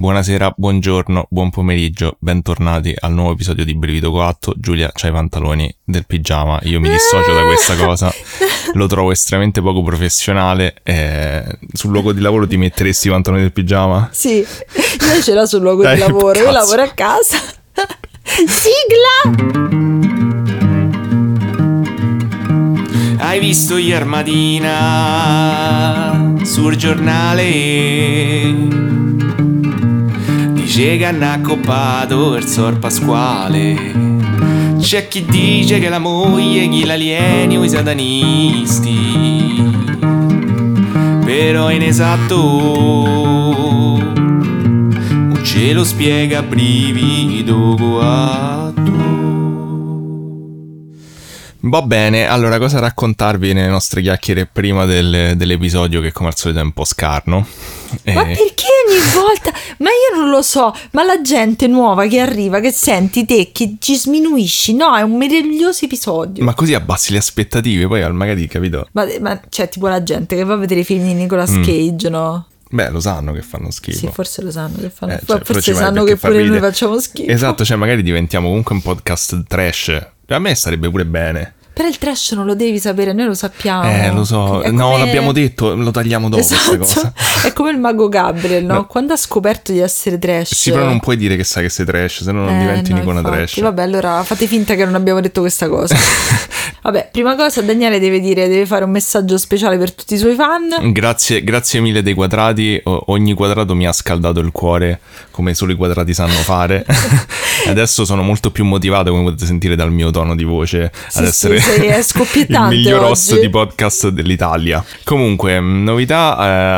Buonasera, buongiorno, buon pomeriggio, bentornati al nuovo episodio di Brivido Coatto. Giulia c'ha i pantaloni del pigiama, io mi dissocio da questa cosa, lo trovo estremamente poco professionale. Sul luogo di lavoro ti metteresti i pantaloni del pigiama? Sì, io ce l'ho sul luogo di lavoro, io lavoro a casa. Sigla! Hai visto ieri mattina sul giornale? Dice che hanno accoppato il Sor Pasquale. C'è chi dice che la moglie gli alieni o i satanisti, però inesatto non ce lo spiega Brivido Coatto. Va bene, allora cosa raccontarvi nelle nostre chiacchiere prima dell'episodio, che come al solito è un po' scarno. Ma perché ogni volta? Ma io non lo so, ma la gente nuova che arriva, che senti te, che ci sminuisci, no, è un meraviglioso episodio. Ma così abbassi le aspettative, poi magari, capito? Ma cioè, tipo la gente che va a vedere i film di Nicolas Cage, no? Beh, lo sanno che fanno schifo. Sì, forse lo sanno che fanno forse sanno che pure noi facciamo schifo. Esatto, cioè magari diventiamo comunque un podcast trash. A me starebbe pure bene. Però il trash non lo devi sapere, noi lo sappiamo. Lo so. No, l'abbiamo detto, lo tagliamo dopo, esatto. Questa cosa. È come il mago Gabriel, no? Quando ha scoperto di essere trash. Sì, però non puoi dire che sai che sei trash, se no non diventi un'icona trash. Vabbè, allora fate finta che non abbiamo detto questa cosa. Vabbè, prima cosa Daniele deve fare un messaggio speciale per tutti i suoi fan. Grazie mille dei quadrati, ogni quadrato mi ha scaldato il cuore come solo i quadrati sanno fare. Adesso sono molto più motivato, come potete sentire dal mio tono di voce, ad essere è scoppiettante il miglior host oggi di podcast dell'Italia. Comunque, novità,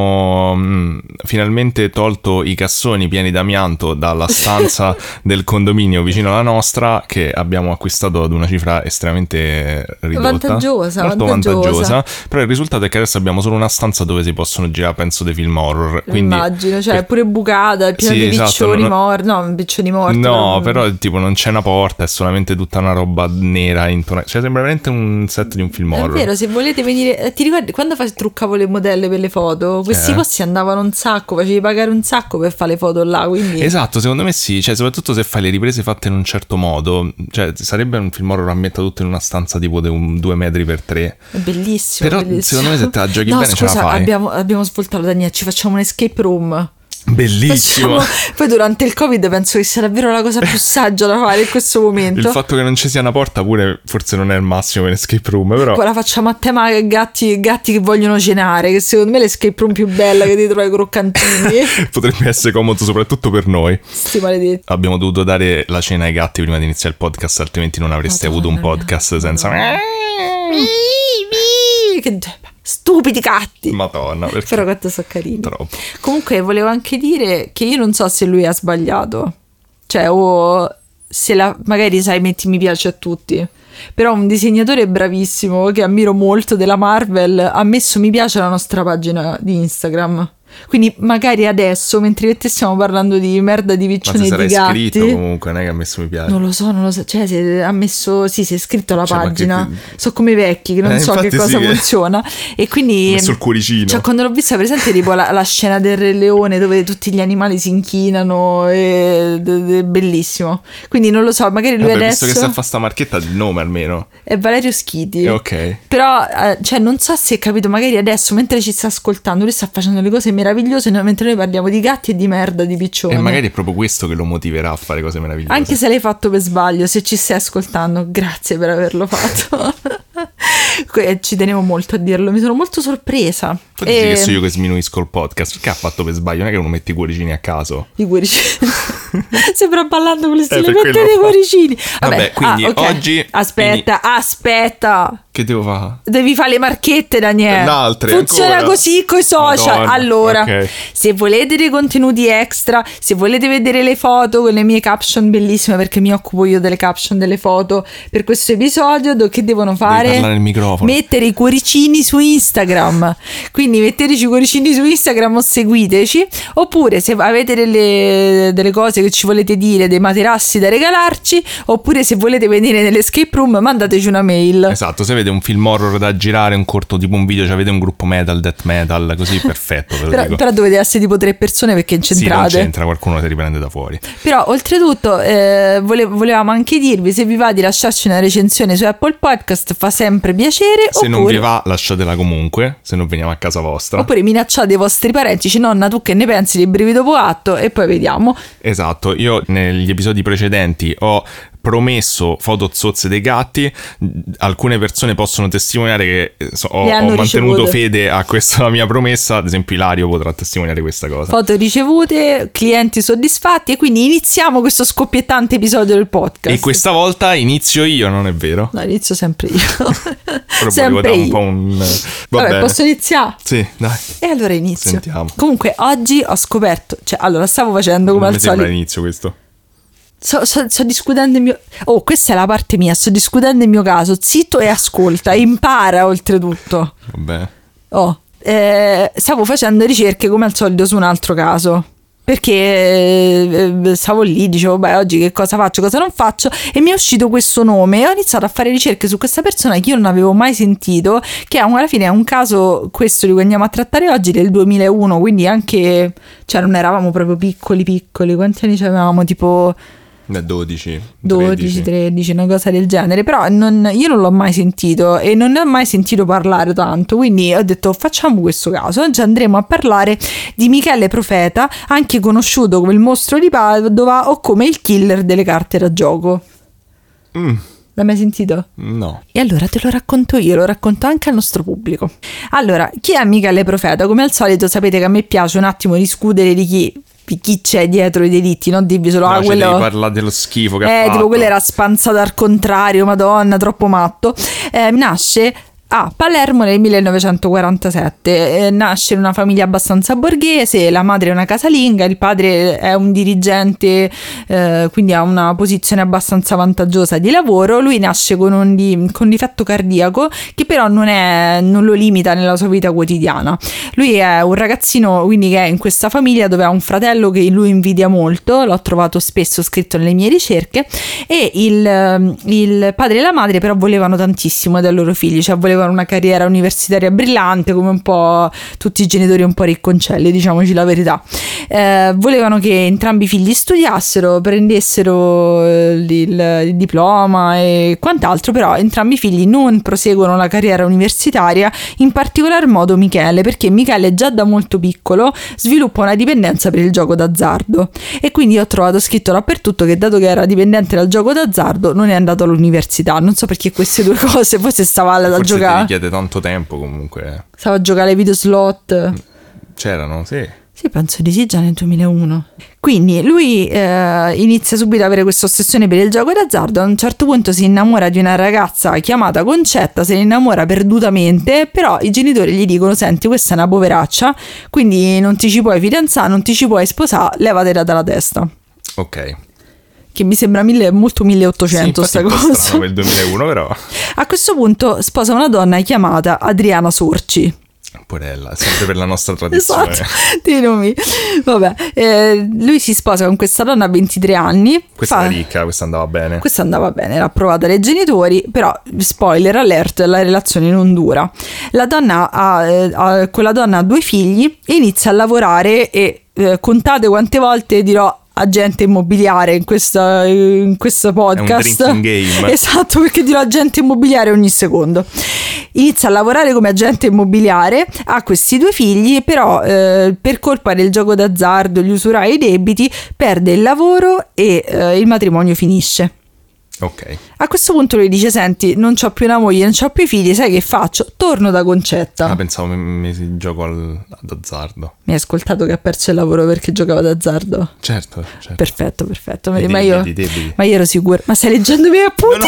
abbiamo finalmente tolto i cassoni pieni d'amianto dalla stanza del condominio vicino alla nostra, che abbiamo acquistato ad una cifra estremamente ridotta, molto vantaggiosa. Però il risultato è che adesso abbiamo solo una stanza dove si possono girare, penso, dei film horror. Quindi, immagino, cioè è pure bucata, è piena di piccioni morti. No, piccioni morti. No, però tipo non c'è una porta, è solamente tutta una roba nera intonata. Cioè sembra veramente un set di un film horror. È vero, se volete venire, ti ricordi quando truccavo le modelle per le foto? Questi posti andavano un sacco, facevi pagare un sacco per fare le foto là, quindi... Esatto, secondo me sì, cioè soprattutto se fai le riprese fatte in un certo modo, cioè sarebbe un film horror ambientato tutto in una stanza tipo di 2 metri per 3. È bellissimo. Però bellissimo. Secondo me se te la giochi no, bene scusa, ce la fai. Abbiamo svoltato, Daniele, ci facciamo un escape room. Bellissimo. Poi durante il Covid penso che sia davvero la cosa più saggia da fare in questo momento. Il fatto che non ci sia una porta pure forse non è il massimo per escape room, però poi la facciamo a tema gatti che vogliono cenare, che secondo me l'escape room più bella che ti trovi ai croccantini. Potrebbe essere comodo soprattutto per noi. Sti maledetti. Abbiamo dovuto dare la cena ai gatti prima di iniziare il podcast, altrimenti non avreste avuto un podcast senza che stupidi gatti. Madonna, perché? Però quanto sono carini. Troppo. Comunque volevo anche dire che io non so se lui ha sbagliato, cioè o se magari sai metti mi piace a tutti, però un disegnatore bravissimo che ammiro molto della Marvel ha messo mi piace alla nostra pagina di Instagram. Quindi magari adesso, mentre te stiamo parlando di merda di piccioni e di gatti, ma se scritto comunque, non è che ha messo mi piace. Non lo so, cioè se ha messo, sì, si è scritto la pagina, so come i vecchi che non so che cosa funziona, e quindi ha messo il cuoricino. Cioè quando l'ho vista presente tipo la scena del Re Leone dove tutti gli animali si inchinano, è bellissimo. Quindi non lo so, magari lui adesso, visto che sta a fa sta marchetta del nome almeno, è Valerio Schiti, ok. Però cioè non so se capito, magari adesso mentre ci sta ascoltando lui sta facendo le cose meravigliose mentre noi parliamo di gatti e di merda di piccioni, e magari è proprio questo che lo motiverà a fare cose meravigliose, anche se l'hai fatto per sbaglio. Se ci stai ascoltando, grazie per averlo fatto. Ci tenevo molto a dirlo, mi sono molto sorpresa. Poi dici che sono io che sminuisco il podcast, perché ha fatto per sbaglio, non è che uno mette i cuoricini a caso. I cuoricini sembra ballando con le stelle, mette dei cuoricini. Vabbè, quindi okay. Oggi aspetta che devo fare? Devi fare le marchette, Daniele. Altre, funziona ancora così coi social. Madonna. Allora, okay. Se volete dei contenuti extra, se volete vedere le foto con le mie caption bellissime, perché mi occupo io delle caption delle foto per questo episodio, che devono fare? Devi parlare nel microfono. Mettere i cuoricini su Instagram. Quindi metteteci i cuoricini su Instagram o seguiteci. Oppure se avete delle cose che ci volete dire, dei materassi da regalarci, oppure se volete venire nell'escape room, mandateci una mail. Esatto, se avete un film horror da girare, un corto tipo un video, cioè avete un gruppo metal, death metal, così perfetto, ve lo dico. Però dovete essere tipo 3 persone perché incentrate. Sì, non c'entra, qualcuno ti riprende da fuori. Però oltretutto volevamo anche dirvi, se vi va di lasciarci una recensione su Apple Podcast fa sempre piacere. Se non vi va lasciatela comunque, se non veniamo a casa vostra. Oppure minacciate i vostri parenti, dici nonna tu che ne pensi di Brivido Boato, e poi vediamo. Esatto, io negli episodi precedenti ho promesso foto zozze dei gatti. Alcune persone possono testimoniare che ho mantenuto ricevute. fede a questa mia promessa. Ad esempio Ilario potrà testimoniare questa cosa. Foto ricevute, clienti soddisfatti, e quindi iniziamo questo scoppiettante episodio del podcast. E questa volta inizio io, non è vero? No, inizio sempre io. Però sempre io. un po' un... Vabbè, posso iniziare? Sì, dai. E allora inizio. Sentiamo. Comunque oggi ho scoperto, cioè allora stavo facendo come Non al mi sembra solito. l'inizio questo. Sto discutendo il mio... Oh, questa è la parte mia, sto discutendo il mio caso. Zitto e ascolta, impara oltretutto. Vabbè. Stavo facendo ricerche come al solito su un altro caso, perché stavo lì, dicevo beh oggi che cosa faccio, cosa non faccio, e mi è uscito questo nome e ho iniziato a fare ricerche su questa persona che io non avevo mai sentito, che alla fine è un caso, questo di cui andiamo a trattare oggi, del 2001, quindi anche, cioè non eravamo proprio piccoli, quanti anni avevamo, tipo 12, 13, una cosa del genere. Però io non l'ho mai sentito e non ne ho mai sentito parlare tanto, quindi ho detto facciamo questo caso. Oggi andremo a parlare di Michele Profeta, anche conosciuto come il mostro di Padova o come il killer delle carte da gioco. L'hai mai sentito? No. E allora te lo racconto io, lo racconto anche al nostro pubblico. Allora, chi è Michele Profeta? Come al solito sapete che a me piace un attimo discutere di chi c'è dietro i delitti, non dirvi solo quello... devi parlare dello schifo che ha fatto. Tipo quello era spanzato al contrario, madonna, troppo matto. Nasce a Palermo nel 1947, nasce in una famiglia abbastanza borghese, la madre è una casalinga, il padre è un dirigente, quindi ha una posizione abbastanza vantaggiosa di lavoro. Lui nasce con un difetto cardiaco che però non lo limita nella sua vita quotidiana. Lui è un ragazzino quindi che è in questa famiglia dove ha un fratello che lui invidia molto, l'ho trovato spesso scritto nelle mie ricerche, e il padre e la madre però volevano tantissimo dai loro figli, cioè volevano una carriera universitaria brillante come un po' tutti i genitori un po' ricconcelli, diciamoci la verità. Volevano che entrambi i figli studiassero, prendessero il diploma e quant'altro, però entrambi i figli non proseguono la carriera universitaria, in particolar modo Michele, perché Michele già da molto piccolo sviluppa una dipendenza per il gioco d'azzardo, e quindi ho trovato scritto dappertutto che dato che era dipendente dal gioco d'azzardo non è andato all'università. Non so perché queste due cose, forse stava a Forse giocare. ti richiede tanto tempo comunque. Stava a giocare ai video slot. C'erano, sì. Sì, penso di sì, già nel 2001. Quindi lui inizia subito ad avere questa ossessione per il gioco d'azzardo. A un certo punto si innamora di una ragazza chiamata Concetta, se ne innamora perdutamente, però i genitori gli dicono senti, questa è una poveraccia, quindi non ti ci puoi fidanzare, non ti ci puoi sposare, levatela dalla testa. Ok. Che mi sembra molto 1800 sta cosa. Strano per il 2001 però. A questo punto sposa una donna chiamata Adriana Sorci. Porella, sempre per la nostra tradizione. Esatto, dei nomi. Vabbè, lui si sposa con questa donna a 23 anni. Questa era ricca, questa andava bene. Questa andava bene, era approvata dai genitori, però spoiler alert, la relazione non dura. La donna con la donna ha 2 figli e inizia a lavorare e contate quante volte dirò agente immobiliare in questo podcast. È un drinking game. Esatto, perché dirò agente immobiliare ogni secondo. Inizia a lavorare come agente immobiliare, ha questi 2 figli, però per colpa del gioco d'azzardo, gli usurai e i debiti, perde il lavoro e il matrimonio finisce. Ok. A questo punto lui dice senti, non c'ho più una moglie, non c'ho più figli, sai che faccio? Torno da Concetta. Pensavo mi gioco d'azzardo. Mi hai ascoltato che ha perso il lavoro perché giocava d'azzardo? Certo. Perfetto. Ma io ero sicura. Ma stai leggendo i miei appunti?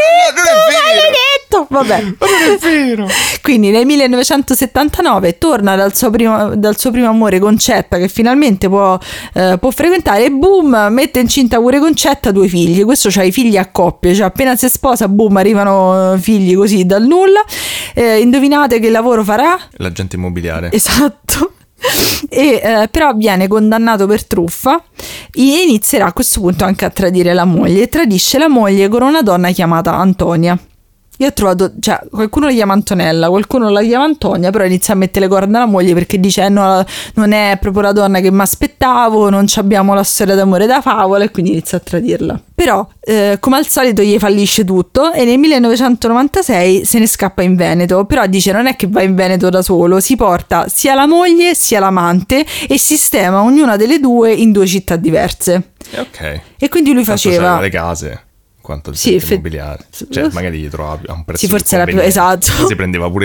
Maledetto! Vabbè. Ma non è vero. Quindi nel 1979 torna dal suo primo amore Concetta, che finalmente può frequentare, e boom, mette incinta pure Concetta, 2 figli. Questo c'ha i figli a coppie, cioè appena si sposa boom arrivano figli così dal nulla. Indovinate che lavoro farà? L'agente immobiliare. Esatto. E però viene condannato per truffa e inizierà a questo punto anche a tradire la moglie. Tradisce la moglie con una donna chiamata Antonia. Io ho trovato, cioè, qualcuno la chiama Antonella, qualcuno la chiama Antonia, però inizia a mettere le corna alla moglie perché dice no, non è proprio la donna che mi aspettavo, non abbiamo la storia d'amore da favola, e quindi inizia a tradirla. Però come al solito gli fallisce tutto e nel 1996 se ne scappa in Veneto. Però dice non è che va in Veneto da solo, si porta sia la moglie sia l'amante e sistema ognuna delle due in 2 città diverse. Ok. E quindi lui faceva le case, quanto sì, immobiliare, cioè magari gli trovava a un prezzo sì, forse era più esatto, si prendeva pure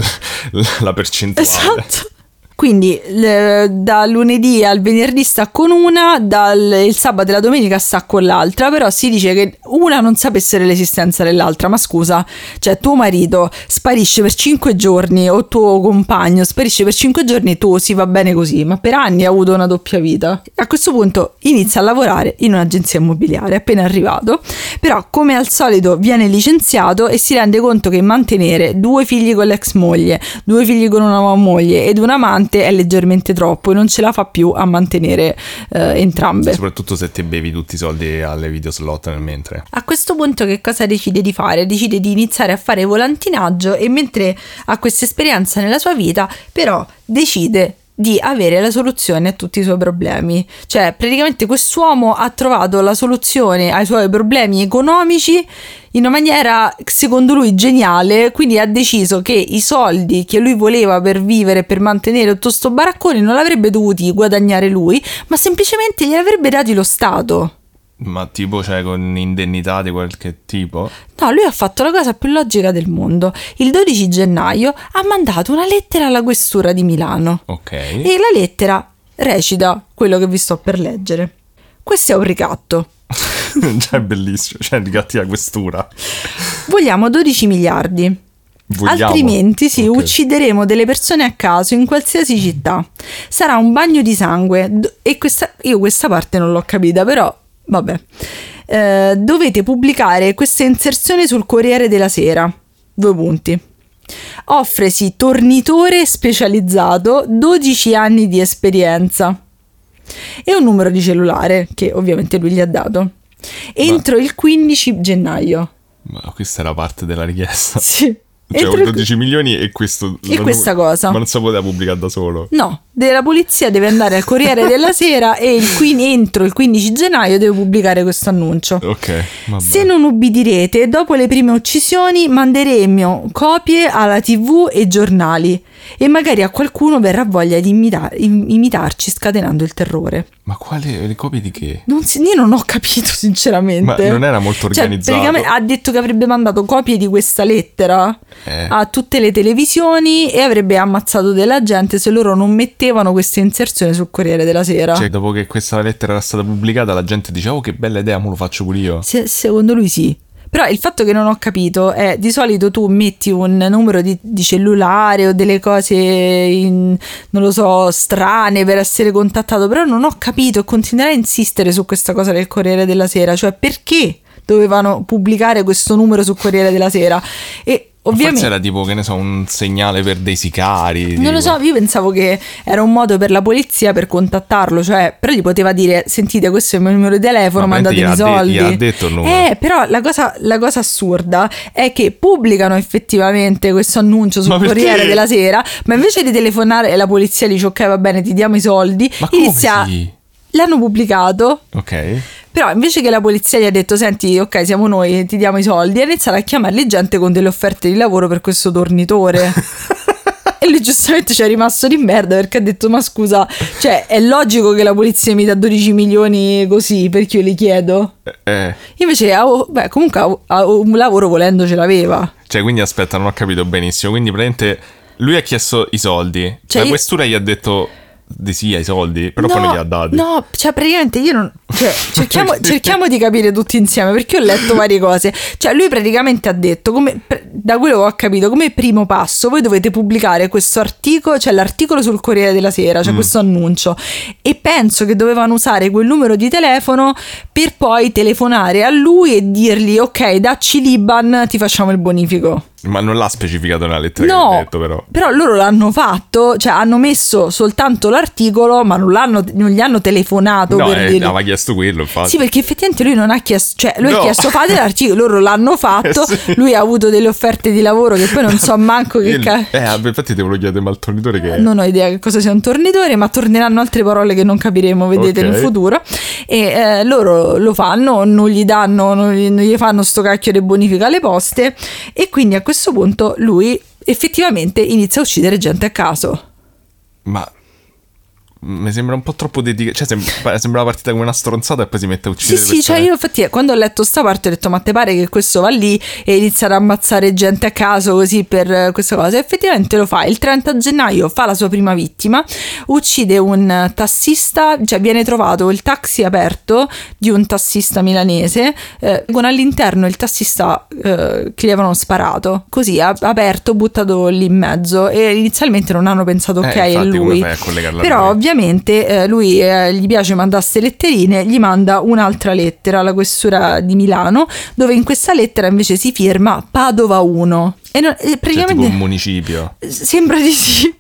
la percentuale. Esatto. Quindi da lunedì al venerdì sta con una, il sabato e la domenica sta con l'altra, però si dice che una non sapesse dell'esistenza dell'altra. Ma scusa, cioè tuo marito sparisce per 5 giorni o tuo compagno sparisce per 5 giorni e tu si va bene così, ma per anni ha avuto una doppia vita. A questo punto inizia a lavorare in un'agenzia immobiliare, appena arrivato, però come al solito viene licenziato e si rende conto che mantenere 2 figli con l'ex moglie, 2 figli con una nuova moglie ed un amante è leggermente troppo e non ce la fa più a mantenere entrambe. Soprattutto se ti bevi tutti i soldi alle videoslot nel mentre. A questo punto che cosa decide di fare? Decide di iniziare a fare volantinaggio e mentre ha questa esperienza nella sua vita però decide di avere la soluzione a tutti i suoi problemi. Cioè praticamente quest'uomo ha trovato la soluzione ai suoi problemi economici in una maniera secondo lui geniale, quindi ha deciso che i soldi che lui voleva per vivere, per mantenere tutto sto baraccone non l'avrebbe dovuti guadagnare lui, ma semplicemente glieli avrebbe dati lo Stato. Ma tipo, cioè, con indennità di qualche tipo? No, lui ha fatto la cosa più logica del mondo. Il 12 gennaio ha mandato una lettera alla questura di Milano. Ok. E la lettera recita quello che vi sto per leggere. Questo è un ricatto. Cioè, è bellissimo. Cioè, ricatti la questura. Vogliamo 12 miliardi. Altrimenti sì, okay, uccideremo delle persone a caso in qualsiasi città. Sarà un bagno di sangue. E io questa parte non l'ho capita, però vabbè. Dovete pubblicare questa inserzione sul Corriere della Sera. 2 punti. Offresi tornitore specializzato, 12 anni di esperienza e un numero di cellulare che ovviamente lui gli ha dato entro il 15 gennaio. Ma questa era parte della richiesta? Sì. Cioè 12 milioni e questo e questa cosa. Ma non si poteva pubblicare da solo? No, la polizia deve andare al Corriere della Sera e entro il 15 gennaio deve pubblicare questo annuncio. Ok, vabbè. Se non ubbidirete, dopo le prime uccisioni manderemo copie alla TV e giornali e magari a qualcuno verrà voglia di imitarci scatenando il terrore. Ma quale copie di che? Io non ho capito sinceramente. Ma non era molto organizzato. Praticamente ha detto che avrebbe mandato copie di questa lettera a tutte le televisioni e avrebbe ammazzato della gente se loro non mettevano questa inserzione sul Corriere della Sera. Cioè dopo che questa lettera era stata pubblicata la gente diceva oh che bella idea, mo lo faccio pure io. Secondo lui sì. Però il fatto che non ho capito è di solito tu metti un numero di cellulare o delle cose non lo so strane per essere contattato, però non ho capito e continuerei a insistere su questa cosa del Corriere della Sera, cioè perché dovevano pubblicare questo numero sul Corriere della Sera e ovviamente forse era tipo, che ne so, un segnale per dei sicari. Non lo so, io pensavo che era un modo per la polizia per contattarlo, cioè, però gli poteva dire, sentite, questo è il mio numero di telefono, mandatemi i soldi. Gli ha detto il numero. Però la cosa assurda è che pubblicano effettivamente questo annuncio sul Corriere della Sera, ma invece di telefonare la polizia dice ok, va bene, ti diamo i soldi, ma inizia... L'hanno pubblicato. Ok. Però invece che la polizia gli ha detto senti ok siamo noi ti diamo i soldi, ha iniziato a chiamarli gente con delle offerte di lavoro per questo tornitore. E lui giustamente ci è rimasto di merda perché ha detto ma scusa, cioè è logico che la polizia mi dà 12 milioni così perché io li chiedo. Invece comunque un lavoro volendo ce l'aveva. Cioè quindi aspetta, non ho capito benissimo. Quindi praticamente lui ha chiesto i soldi, cioè, la questura gli ha detto di sì ai soldi, però poi non li ha dati. No, cioè praticamente io non, cioè, cerchiamo di capire tutti insieme perché ho letto varie cose. Cioè lui praticamente ha detto, da quello che ho capito, come primo passo voi dovete pubblicare questo articolo, cioè l'articolo sul Corriere della Sera, cioè questo annuncio, e penso che dovevano usare quel numero di telefono per poi telefonare a lui e dirgli ok dacci l'Iban, ti facciamo il bonifico. Ma non l'ha specificato nella lettera che ha detto però loro l'hanno fatto, cioè hanno messo soltanto l'articolo ma non gli hanno telefonato per dire. Aveva chiesto quello, infatti. Sì, perché effettivamente lui non ha chiesto, cioè lui ha chiesto fate l'articolo, loro l'hanno fatto, Sì. lui ha avuto delle offerte di lavoro che poi non so manco che infatti te lo chiedo, ma il tornitore che è? Non ho idea che cosa sia un tornitore, ma torneranno altre parole che non capiremo, vedete, in futuro. E loro lo fanno, non gli fanno sto cacchio di bonifica alle poste, e quindi a questo punto lui effettivamente inizia a uccidere gente a caso. Ma mi sembra un po' troppo dedicato, cioè sembra una partita come una stronzata e poi si mette a uccidere Sì, cioè io infatti quando ho letto sta parte ho detto ma te pare che questo va lì e inizia ad ammazzare gente a caso così per questa cosa? Effettivamente lo fa. Il 30 gennaio fa la sua prima vittima, uccide un tassista, cioè viene trovato il taxi aperto di un tassista milanese con all'interno il tassista che gli avevano sparato, così aperto, buttato lì in mezzo, e inizialmente non hanno pensato ok è lui, come fai a collegarla però ovviamente lui gli piace mandare ste letterine, gli manda un'altra lettera alla questura di Milano, dove in questa lettera invece si firma Padova 1 e praticamente cioè, tipo un municipio. sembra di sì.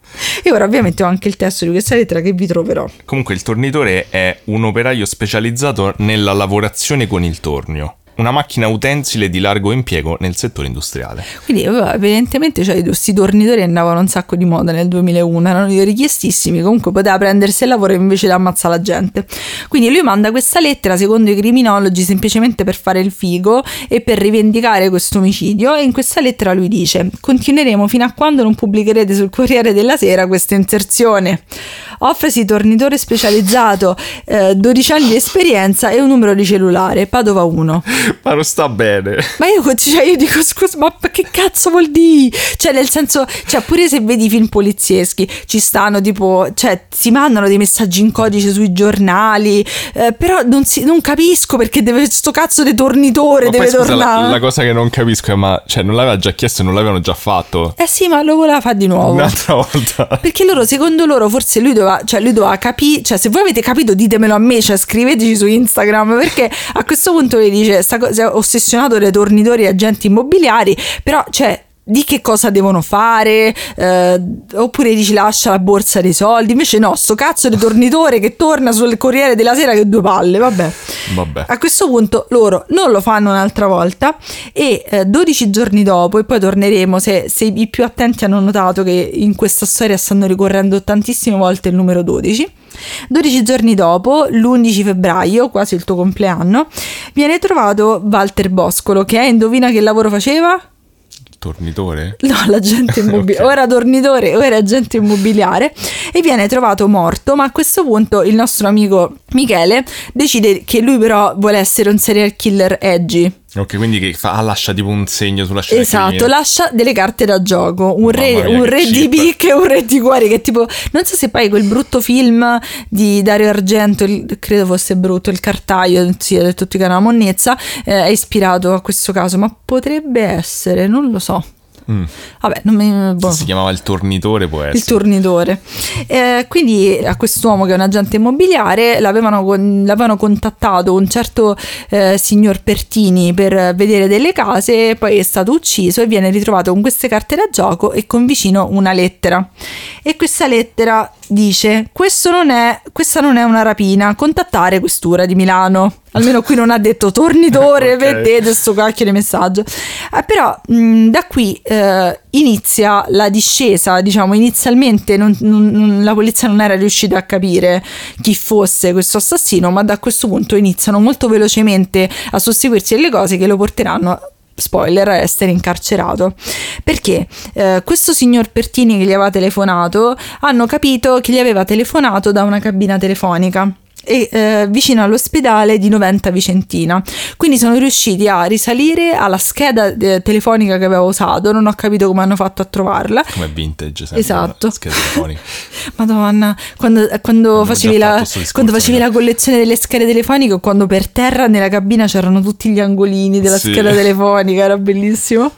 E ora ovviamente ho anche il testo di questa lettera che vi troverò. Comunque il tornitore è un operaio specializzato nella lavorazione con il tornio, una macchina utensile di largo impiego nel settore industriale. Quindi evidentemente questi tornitori andavano un sacco di moda nel 2001, erano richiestissimi, comunque poteva prendersi il lavoro invece di ammazzare la gente. Quindi lui manda questa lettera, secondo i criminologi, semplicemente per fare il figo e per rivendicare questo omicidio, e in questa lettera lui dice: continueremo fino a quando non pubblicherete sul Corriere della Sera questa inserzione. Offresi tornitore specializzato, 12 anni di esperienza e un numero di cellulare, Padova 1. Ma non sta bene. Ma io dico scusa, ma che cazzo vuol dire? Cioè nel senso, cioè pure se vedi film polizieschi ci stanno tipo, cioè si mandano dei messaggi in codice sui giornali, però non capisco perché sto cazzo di tornitore deve tornare. La cosa che non capisco è ma cioè non l'aveva già chiesto e non l'avevano già fatto? Sì, ma lo voleva fare di nuovo un'altra volta, perché secondo loro forse lui doveva capire, cioè se voi avete capito ditemelo a me, cioè scriveteci su Instagram, perché a questo punto vi dice sta cosa, è ossessionato dai tornitori e agenti immobiliari, però cioè di che cosa devono fare, oppure dici lascia la borsa dei soldi, invece no, sto cazzo di tornitore che torna sul Corriere della Sera che due palle, vabbè. A questo punto loro non lo fanno un'altra volta e 12 giorni dopo, e poi torneremo, se i più attenti hanno notato che in questa storia stanno ricorrendo tantissime volte il numero 12 giorni dopo, l'11 febbraio, quasi il tuo compleanno, viene trovato Walter Boscolo, che indovina che lavoro faceva? Tornitore? No, l'agente immobiliare. Okay. Ora tornitore, ora agente immobiliare, e viene trovato morto, ma a questo punto il nostro amico Michele decide che lui però vuole essere un serial killer edgy. Ok, quindi che lascia tipo un segno sulla scena. Esatto, lascia delle carte da gioco, un re di picche e un re di cuori, che tipo, non so se poi quel brutto film di Dario Argento, credo fosse brutto, Il cartaio, sì, di tutti che era una monnezza, è ispirato a questo caso, ma potrebbe essere, non lo so. Vabbè, si chiamava il tornitore, può essere. Il tornitore. Quindi a quest'uomo che è un agente immobiliare l'avevano contattato un certo signor Pertini per vedere delle case, poi è stato ucciso e viene ritrovato con queste carte da gioco e con vicino una lettera. E questa lettera dice: questa non è una rapina, contattare questura di Milano. Almeno qui non ha detto tornitore, okay. Vedete sto cacchio di messaggio. Però da qui inizia la discesa, diciamo. Inizialmente la polizia non era riuscita a capire chi fosse questo assassino, ma da questo punto iniziano molto velocemente a susseguirsi delle cose che lo porteranno, spoiler, a essere incarcerato, perché questo signor Pertini che gli aveva telefonato, hanno capito che gli aveva telefonato da una cabina telefonica e vicino all'ospedale di Noventa Vicentina, quindi sono riusciti a risalire alla scheda telefonica che aveva usato. Non ho capito come hanno fatto a trovarla, come vintage sempre. Esatto. Scheda telefonica. Madonna, quando facevi la collezione delle schede telefoniche, quando per terra nella cabina c'erano tutti gli angolini della scheda telefonica, era bellissimo.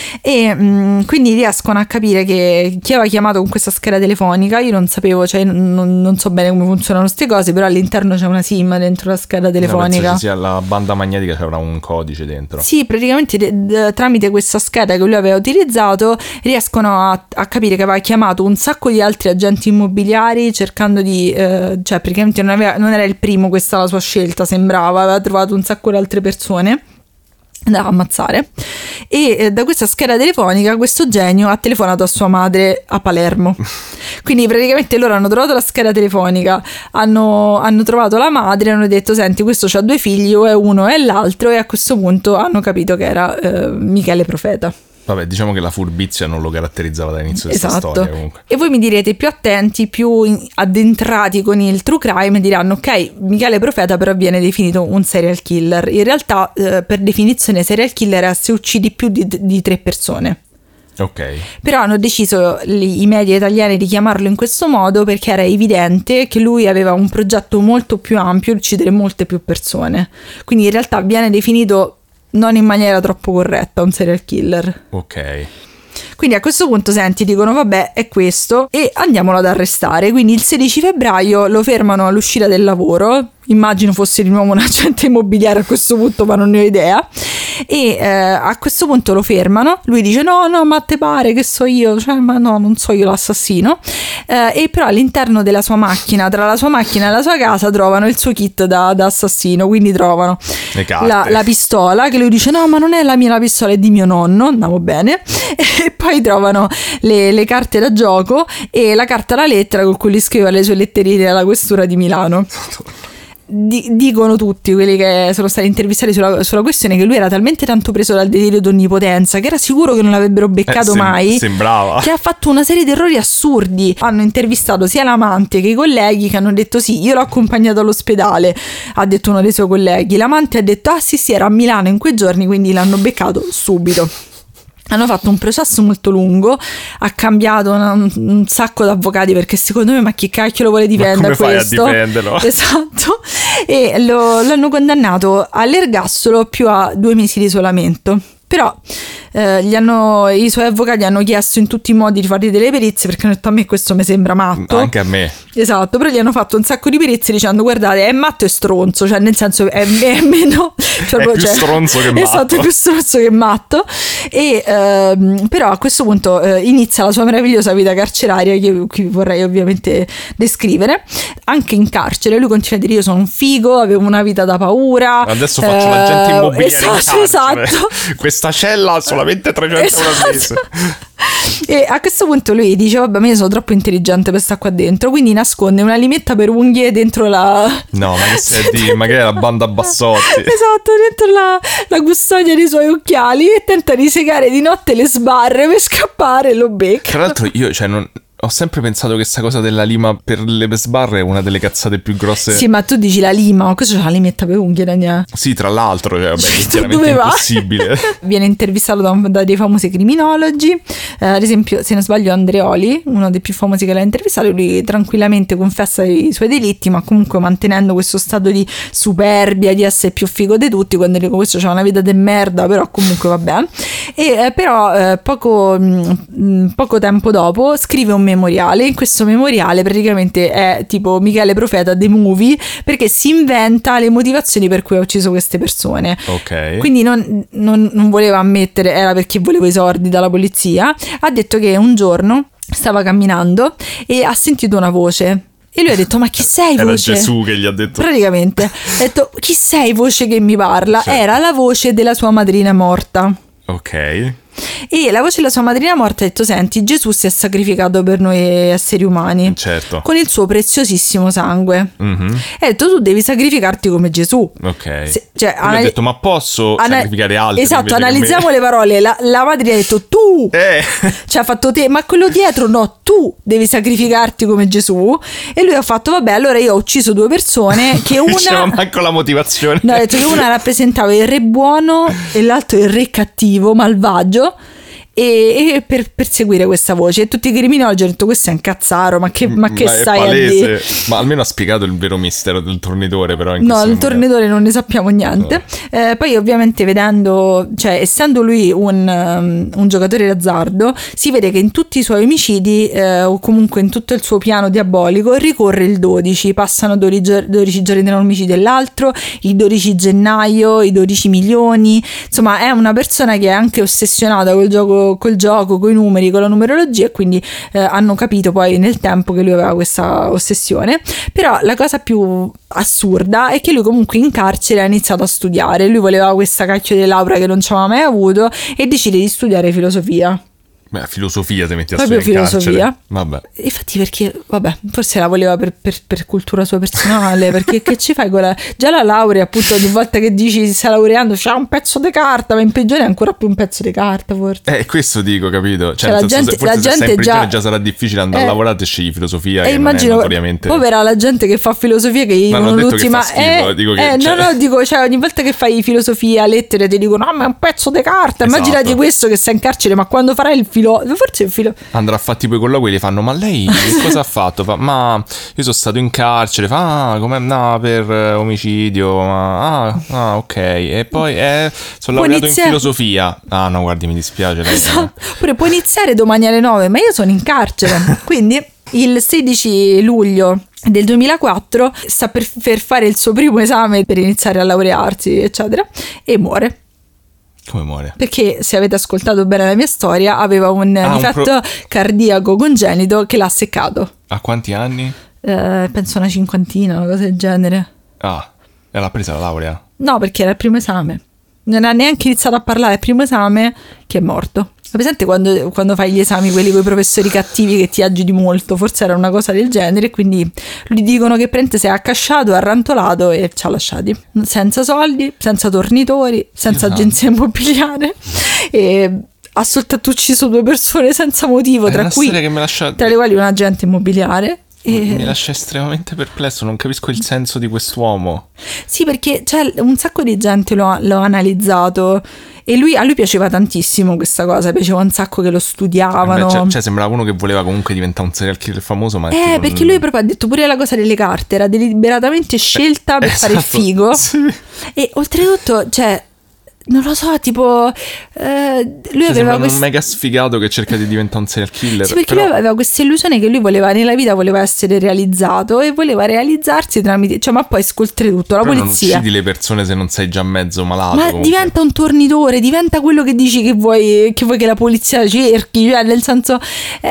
E quindi riescono a capire che chi aveva chiamato con questa scheda telefonica, io non sapevo, cioè non so bene come funzionano queste cose, però all'interno all'interno c'è una SIM dentro la scheda telefonica. Penso ci sia la banda magnetica, c'era un codice dentro. Sì, praticamente tramite questa scheda che lui aveva utilizzato riescono a capire che aveva chiamato un sacco di altri agenti immobiliari cercando di cioè praticamente non era il primo, questa la sua scelta, sembrava, aveva trovato un sacco di altre persone da ammazzare, e da questa scheda telefonica questo genio ha telefonato a sua madre a Palermo. Quindi praticamente loro hanno trovato la scheda telefonica, hanno trovato la madre, hanno detto senti, questo c'ha 2 figli, o è uno o è l'altro, e a questo punto hanno capito che era Michele Profeta. Vabbè, diciamo che la furbizia non lo caratterizzava dall'inizio di questa storia comunque. E voi mi direte, più attenti, più addentrati con il true crime, diranno ok, Michele Profeta però viene definito un serial killer. In realtà per definizione serial killer è se uccidi più di 3 persone. Ok. Però hanno deciso i media italiani di chiamarlo in questo modo perché era evidente che lui aveva un progetto molto più ampio, uccidere molte più persone. Quindi in realtà viene definito non in maniera troppo corretta un serial killer. Ok. Quindi a questo punto, senti, dicono vabbè, è questo, e andiamolo ad arrestare. Quindi il 16 febbraio lo fermano all'uscita del lavoro, immagino fosse di nuovo un agente immobiliare a questo punto, ma non ne ho idea, e a questo punto lo fermano. Lui dice no, ma te pare che so io, cioè, ma no, non so io l'assassino, e però all'interno della sua macchina, tra la sua macchina e la sua casa, trovano il suo kit da assassino. Quindi trovano la pistola, che lui dice no, ma non è la mia la pistola, è di mio nonno, andiamo bene, e poi trovano le carte da gioco e la carta alla lettera con cui lui scriveva le sue letterine alla questura di Milano. Dicono tutti quelli che sono stati intervistati sulla questione che lui era talmente tanto preso dal delirio d'onnipotenza che era sicuro che non l'avrebbero beccato mai, sembrava, che ha fatto una serie di errori assurdi. Hanno intervistato sia l'amante che i colleghi, che hanno detto sì, io l'ho accompagnato all'ospedale, ha detto uno dei suoi colleghi. L'amante ha detto ah sì, era a Milano in quei giorni, quindi l'hanno beccato subito. Hanno fatto un processo molto lungo, ha cambiato un sacco di avvocati perché secondo me ma chi cacchio lo vuole difendere questo? Fai a difenderlo? Esatto. E l'hanno condannato all'ergastolo più a 2 mesi di isolamento. Però i suoi avvocati hanno chiesto in tutti i modi di fargli delle perizie perché hanno detto a me questo mi sembra matto. Anche a me. Esatto, però gli hanno fatto un sacco di perizie dicendo guardate è matto e stronzo, cioè nel senso è meno cioè, è più stronzo che matto. Esatto, è più stronzo che matto. E però a questo punto inizia la sua meravigliosa vita carceraria che qui vorrei ovviamente descrivere. Anche in carcere lui continua a dire io sono un figo, avevo una vita da paura, adesso faccio l'agente immobiliare esatto, in carcere. Esatto. Questa cella ha solamente 300 euro al mese. E a questo punto lui dice vabbè, ma io sono troppo intelligente per stare qua dentro, quindi nasconde una limetta per unghie dentro la... No, ma che sei di magari la banda Bassotti. Esatto, dentro la custodia dei suoi occhiali, e tenta di segare di notte le sbarre per scappare e lo becca. Tra l'altro io ho sempre pensato che sta cosa della lima per le sbarre è una delle cazzate più grosse. Sì, ma tu dici la lima, ma cosa c'è la limetta per unghie, Daniele? Sì, tra l'altro, cioè, vabbè, è chiaramente impossibile. Viene intervistato da dei famosi criminologi, ad esempio, se non sbaglio, Andreoli, uno dei più famosi che l'ha intervistato. Lui tranquillamente confessa i suoi delitti, ma comunque mantenendo questo stato di superbia, di essere più figo di tutti. Quando dico questo c'ha una vita de merda, però comunque va bene. E però poco tempo dopo scrive un memoriale. In questo memoriale praticamente è tipo Michele Profeta The Movie, perché si inventa le motivazioni per cui ha ucciso queste persone. Ok. Quindi non voleva ammettere, era perché voleva i soldi dalla polizia. Ha detto che un giorno stava camminando e ha sentito una voce. E lui ha detto ma chi sei voce? Era Gesù che gli ha detto. Praticamente ha detto chi sei voce che mi parla? Certo. Era la voce della sua madrina morta. Ok. E la voce della sua madrina morta ha detto senti, Gesù si è sacrificato per noi esseri umani, certo, con il suo preziosissimo sangue. Mm-hmm. E ha detto tu devi sacrificarti come Gesù. Ok. Ha detto ma posso sacrificare altri? Esatto, analizziamo le parole. La madre ha detto tu cioè ha fatto te, ma quello dietro no, tu devi sacrificarti come Gesù. E lui ha fatto vabbè, allora io ho ucciso 2 persone che una c'era manco la motivazione. No, ha detto che una rappresentava il re buono e l'altro il re cattivo, malvagio. e per perseguire questa voce. E tutti i criminologi hanno detto questo è un cazzaro, ma che sai a dire? Ma almeno ha spiegato il vero mistero del tornitore, però no, il tornitore non ne sappiamo niente. No. Poi ovviamente vedendo, cioè essendo lui un giocatore d'azzardo, si vede che in tutti i suoi omicidi o comunque in tutto il suo piano diabolico ricorre il 12, passano 12 giorni tra un omicidio e l'altro, il 12 gennaio, i 12 milioni, insomma è una persona che è anche ossessionata col gioco, coi numeri, con la numerologia, e quindi hanno capito poi nel tempo che lui aveva questa ossessione. Però la cosa più assurda è che lui comunque in carcere ha iniziato a studiare. Lui voleva questa cacchio di laurea che non ci aveva mai avuto e decide di studiare filosofia. Beh, filosofia ti metti a proprio studiare in filosofia. Carcere. Vabbè. Infatti perché, vabbè, forse la voleva per cultura sua personale, perché che ci fai con la... Già la laurea, appunto, ogni volta che dici si sta laureando c'ha un pezzo di carta, ma in prigione è ancora più un pezzo di carta, forse. Questo dico, capito? Cioè la gente, forse se stai in prigione già sarà difficile andare a lavorare e scegli filosofia, che immagino, non è notoriamente... povera la gente che fa filosofia che gli dicono tutti, ma dico che, no, dico, cioè ogni volta che fai filosofia, lettere, ti dicono no, ma è un pezzo di carta. Esatto. Immaginati questo che sei in carcere, ma quando farai il forse il andrà a fare tipo i colloqui e gli fanno ma lei che cosa ha fatto? Fa, ma io sono stato in carcere. Fa come no, per omicidio. Ma ok. E poi sono laureato in filosofia. Ah no, guardi, mi dispiace lei, Pure può iniziare domani alle 9, ma io sono in carcere. Quindi il 16 luglio del 2004 sta per fare il suo primo esame per iniziare a laurearsi, eccetera, e muore. Come muore? Perché se avete ascoltato bene la mia storia, aveva un difetto cardiaco congenito che l'ha seccato. A quanti anni? Penso una cinquantina, una cosa del genere. Ah, e l'ha presa la laurea? No, perché era il primo esame. Non ha neanche iniziato a parlare al primo esame che è morto. È presente quando fai gli esami, quelli con i professori cattivi che ti agiti molto? Forse era una cosa del genere, quindi gli dicono che prende si è accasciato, arrantolato e ci ha lasciati. Senza soldi, senza tornitori, senza agenzia immobiliare e ha soltanto ucciso 2 persone senza motivo, tra le quali un agente immobiliare. Mi lascia estremamente perplesso, non capisco il senso di quest'uomo. Sì, perché un sacco di gente l'ho analizzato e a lui piaceva tantissimo questa cosa, piaceva un sacco che lo studiavano. Cioè sembrava uno che voleva comunque diventare un serial killer famoso, ma perché lui proprio ha detto pure la cosa delle carte, era deliberatamente scelta per fare il figo. Sì. E oltretutto, cioè, non lo so, tipo lui aveva un mega sfigato che cerca di diventare un serial killer. Sì, perché lui aveva questa illusione che lui nella vita voleva essere realizzato e voleva realizzarsi tramite, cioè, ma poi oltretutto la polizia. Non uccidi le persone se non sei già mezzo malato. Ma comunque diventa un tornitore, diventa quello che dici che vuoi che la polizia cerchi, cioè nel senso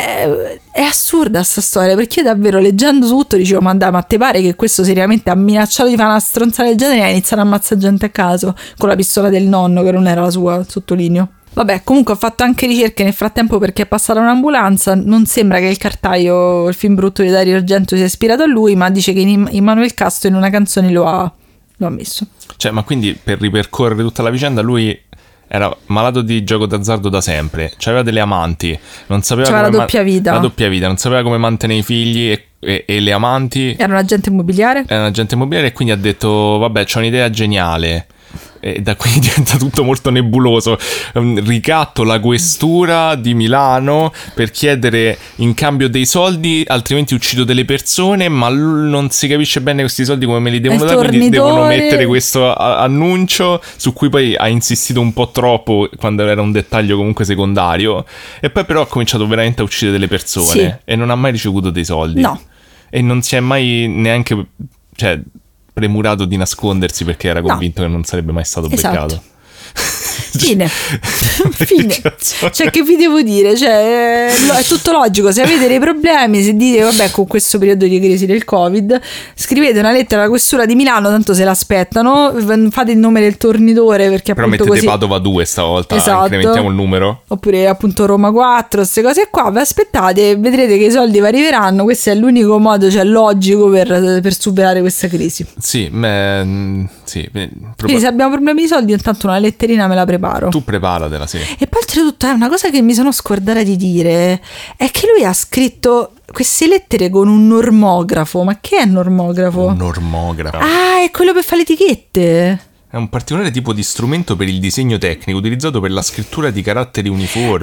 è assurda sta storia, perché io davvero leggendo tutto dicevo ma dai, ma te pare che questo seriamente ha minacciato di fare una stronzata del genere e ha iniziato a ammazzare gente a caso con la pistola del nonno che non era la sua, sottolineo. Vabbè, comunque ho fatto anche ricerche nel frattempo perché è passata un'ambulanza. Non sembra che il cartaio, il film brutto di Dario Argento, sia ispirato a lui, ma dice che Immanuel Castro in una canzone lo ha messo. Cioè, ma quindi per ripercorrere tutta la vicenda, lui era malato di gioco d'azzardo da sempre, aveva delle amanti, non sapeva la doppia vita. La doppia vita, non sapeva come mantenere i figli e le amanti. Era un agente immobiliare? Era un agente immobiliare e quindi ha detto vabbè, c'ho un'idea geniale. E da qui diventa tutto molto nebuloso. Ricatto la questura di Milano per chiedere in cambio dei soldi, altrimenti uccido delle persone, ma non si capisce bene questi soldi come me li devono dare, quindi devono mettere questo annuncio su cui poi ha insistito un po' troppo quando era un dettaglio comunque secondario, e poi però ha cominciato veramente a uccidere delle persone, e non ha mai ricevuto dei soldi. No. E non si è mai neanche premurato di nascondersi perché era convinto che non sarebbe mai stato beccato. Fine. Cioè, che vi devo dire? Cioè, è tutto logico. Se avete dei problemi, se dite vabbè, con questo periodo di crisi del Covid, scrivete una lettera alla questura di Milano, tanto se l'aspettano, fate il nome del tornitore, perché però appunto mettete così... Padova 2 stavolta, esatto. Incrementiamo il numero. Oppure appunto Roma 4, queste cose qua, vi aspettate, vedrete che i soldi vi arriveranno. Questo è l'unico modo, logico per superare questa crisi. Sì, quindi se abbiamo problemi di soldi, intanto una letterina me la preparo. Tu preparatela, sì. E poi oltretutto una cosa che mi sono scordata di dire è che lui ha scritto queste lettere con un normografo. Ma che è normografo? Un normografo? Ah, è quello per fare le etichette. È un particolare tipo di strumento per il disegno tecnico utilizzato per la scrittura di caratteri uniformi.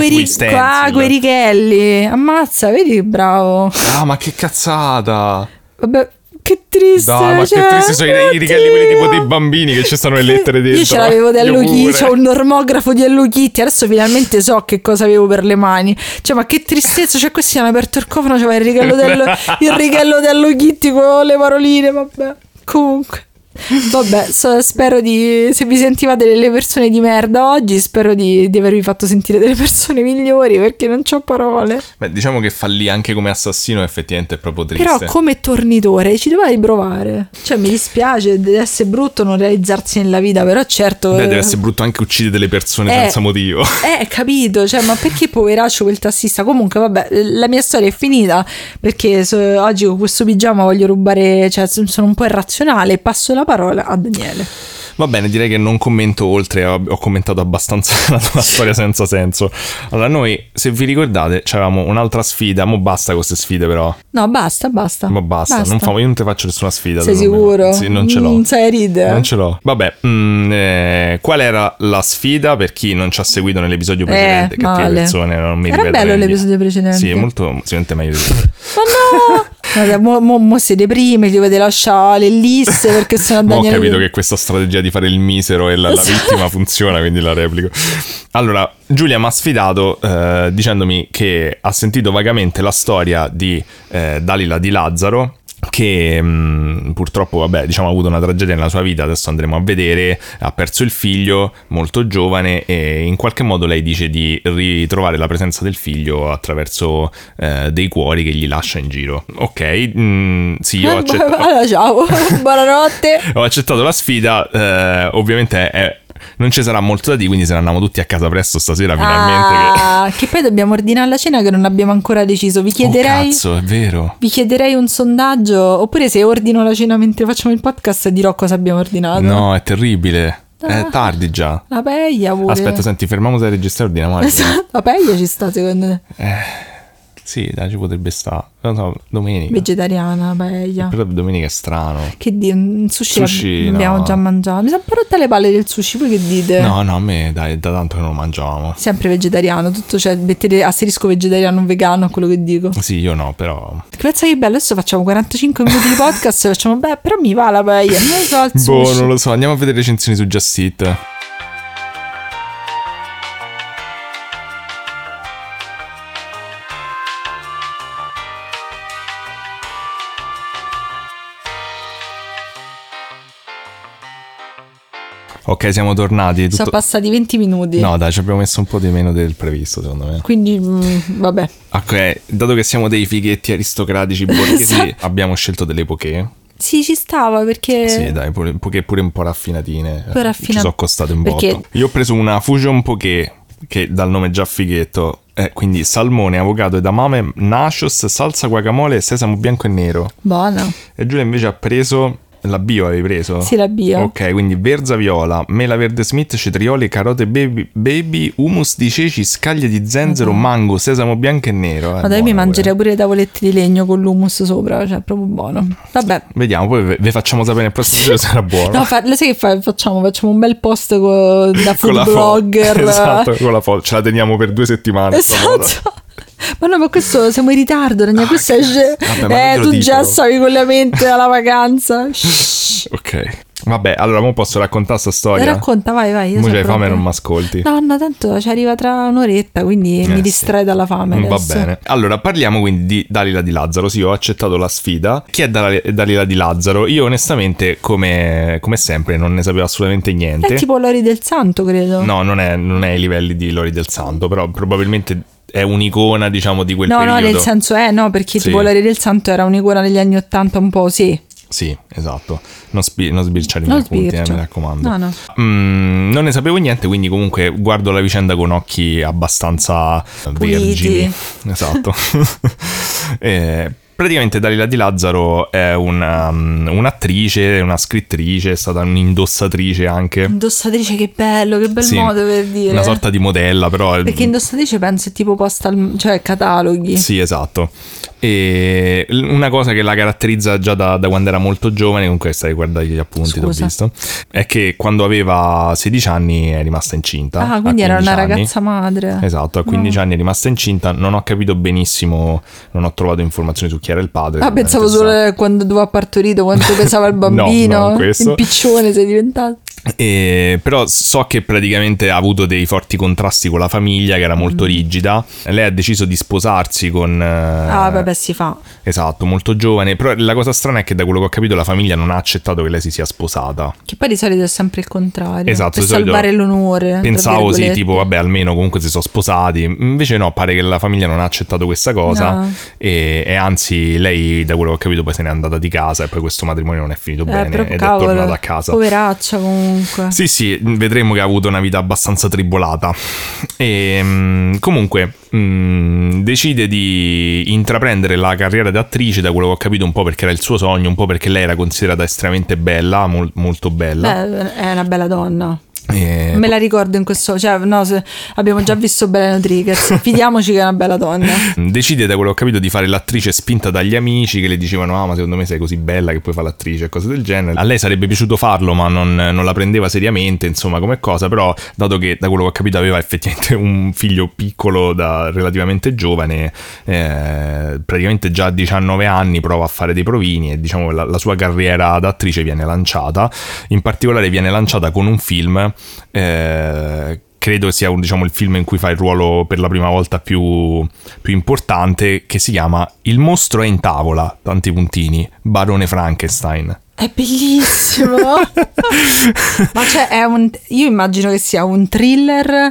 Quei righelli. Ammazza, vedi che bravo. Ah, ma che cazzata. Vabbè, che triste. No, ma che triste sono i righelli quelli tipo dei bambini che ci stanno le lettere dentro. Io ce l'avevo di Hello Kitty, c'ho un normografo di Hello Kitty. Adesso finalmente so che cosa avevo per le mani. Cioè, ma che tristezza. Cioè, questi hanno aperto il cofano, c'era il righello di Hello Kitty con le paroline, vabbè. Comunque vabbè, spero se vi sentivate delle persone di merda oggi, spero di avervi fatto sentire delle persone migliori, perché non c'ho parole. Beh, diciamo che fallì anche come assassino, effettivamente è proprio triste. Però come tornitore ci dovevi provare. Cioè, mi dispiace, deve essere brutto non realizzarsi nella vita, però certo. Beh, deve essere brutto anche uccidere delle persone senza motivo. Capito, cioè, ma perché poveraccio quel tassista? Comunque vabbè, la mia storia è finita, perché oggi con questo pigiama voglio rubare, cioè sono un po' irrazionale, passo la parola a Daniele. Va bene, direi che non commento oltre, ho commentato abbastanza la tua storia senza senso. Allora, noi, se vi ricordate, avevamo un'altra sfida, mo basta con queste sfide però. No, basta. Ma basta. Io non ti faccio nessuna sfida. Sei sicuro? Sì, non ce l'ho. Non sai ridere? Non ce l'ho. Vabbè, qual era la sfida per chi non ci ha seguito nell'episodio precedente? Cattive persone, non mi ripeto. Era bello l'episodio precedente. Sì, molto, sicuramente meglio di te. Ma no! Mo si deprime, gli dovete lasciare le liste perché sono a Daniele. Ho capito che questa strategia di fare il misero e la vittima funziona, quindi la replico. Allora, Giulia mi ha sfidato dicendomi che ha sentito vagamente la storia di Dalila di Lazzaro, che purtroppo, vabbè, diciamo, ha avuto una tragedia nella sua vita, adesso andremo a vedere, ha perso il figlio molto giovane e in qualche modo lei dice di ritrovare la presenza del figlio attraverso dei cuori che gli lascia in giro. Ok, sì, io ho accettato. Ciao, buonanotte. Ho accettato la sfida, ovviamente non ci sarà molto da dire, quindi se ne andiamo tutti a casa presto stasera finalmente. Che poi dobbiamo ordinare la cena che non abbiamo ancora deciso. Vi chiederei. Oh cazzo, è vero. Vi chiederei un sondaggio, oppure se ordino la cena mentre facciamo il podcast dirò cosa abbiamo ordinato. No, è terribile. È tardi già. La paella pure. Aspetta, senti, fermiamoci a registrare e ordiniamo. La paella ci sta secondo te? Sì, dai, ci potrebbe stare. Non so, domenica. Vegetariana, paella. Però domenica è strano. Che dite? Un sushi l'abbiamo no. già mangiato. Mi sono un po' rotte le palle del sushi, voi che dite? No, a me dai, da tanto che non lo mangiavamo. Sempre vegetariano, tutto, cioè mettete asterisco vegetariano, vegano, quello che dico. Sì, io no, però. Pensa che bello, adesso facciamo 45 minuti di podcast e facciamo, però mi va la paella, non lo so, il sushi. Non lo so, andiamo a vedere recensioni su Just Eat. Ok, siamo tornati. Sono passati 20 minuti. No, dai, ci abbiamo messo un po' di meno del previsto, secondo me. Quindi, vabbè. Ok, dato che siamo dei fighetti aristocratici borghesi, abbiamo scelto delle poké. Sì, ci stava perché. Sì, dai, poké pure un po' raffinatine. Ci sono costate un perché... botto. Io ho preso una Fusion Poké, che dal nome già fighetto. Quindi salmone, avocado, edamame, nachos, salsa guacamole, sesamo bianco e nero. Buona. E Giulia invece ha preso. La bio avevi preso? Sì, la bio. Ok, quindi verza viola, mela verde smith, cetrioli, carote baby, hummus di ceci, scaglie di zenzero, mango, sesamo bianco e nero. Ma dai, mi mangerei pure le tavolette di legno con l'hummus sopra, cioè è proprio buono. Vabbè. Vediamo, poi vi facciamo sapere nel prossimo video se sarà buono. No, lo sai che facciamo un bel post da food blogger. Esatto, con la foto, ce la teniamo per 2 settimane. Esatto. Ma no, ma questo siamo in ritardo, Ragna, questo esce. Tu già stavi con la mente alla vacanza. Ok. Vabbè, allora mo posso raccontare sta storia? Racconta, vai. Mo c'hai fame e non mi ascolti. No, tanto ci arriva tra un'oretta, quindi mi distrae dalla fame adesso. Va bene. Allora, parliamo quindi di Dalila di Lazzaro. Sì, ho accettato la sfida. Chi è Dalila di Lazzaro? Io onestamente, come sempre, non ne sapevo assolutamente niente. È tipo Lori del Santo, credo. No, non è ai livelli di Lori del Santo, però probabilmente è un'icona, diciamo, di quel periodo. No, nel senso perché sì. Tipo Lori del Santo era un'icona degli anni 80 un po', sì. Sì, esatto. Non sbirciare i miei punti, mi raccomando. No. Non ne sapevo niente, quindi comunque guardo la vicenda con occhi abbastanza vergini. Esatto. Praticamente Dalila di Lazzaro è un'attrice, una scrittrice, è stata un'indossatrice anche. Indossatrice, che bello, che bel modo per dire. Una sorta di modella, però. Perché indossatrice penso è tipo postal, cioè cataloghi. Sì, esatto. E una cosa che la caratterizza già da quando era molto giovane, comunque stai guardando gli appunti, t'ho visto, è che quando aveva 16 anni è rimasta incinta. Ah, quindi era una ragazza madre. Esatto, a 15 anni è rimasta incinta. Non ho capito benissimo, non ho trovato informazioni su chi era il padre. Ah, pensavo solo quando doveva partorire, quanto pesava il bambino. No, il piccione sei diventato. Però so che praticamente ha avuto dei forti contrasti con la famiglia, che era molto rigida. Lei ha deciso di sposarsi con vabbè, si fa. Esatto, molto giovane. Però la cosa strana è che da quello che ho capito la famiglia non ha accettato che lei si sia sposata, che poi di solito è sempre il contrario. Esatto, per salvare l'onore. Pensavo sì, tipo vabbè, almeno comunque si sono sposati. Invece no, pare che la famiglia non ha accettato questa cosa. No. E anzi lei, da quello che ho capito, poi se n'è andata di casa e poi questo matrimonio non è finito bene ed cavolo, è tornata a casa. Poveraccia comunque. Sì, vedremo che ha avuto una vita abbastanza tribolata. E comunque decide di intraprendere la carriera di attrice, da quello che ho capito, un po' perché era il suo sogno, un po' perché lei era considerata estremamente bella, molto bella. È una bella donna. Me la ricordo in questo, cioè no, abbiamo già visto Belen Triggers, fidiamoci che è una bella donna. Decide, da quello che ho capito, di fare l'attrice spinta dagli amici che le dicevano ma secondo me sei così bella che puoi fare l'attrice e cose del genere. A lei sarebbe piaciuto farlo, ma non la prendeva seriamente, insomma, come cosa. Però dato che, da quello che ho capito, aveva effettivamente un figlio piccolo da relativamente giovane, praticamente già a 19 anni prova a fare dei provini e diciamo la sua carriera d'attrice viene lanciata. In particolare viene lanciata con un film, credo sia il film in cui fa il ruolo per la prima volta più importante, che si chiama Il mostro è in tavola, tanti puntini, Barone Frankenstein. È bellissimo. Ma cioè io immagino che sia un thriller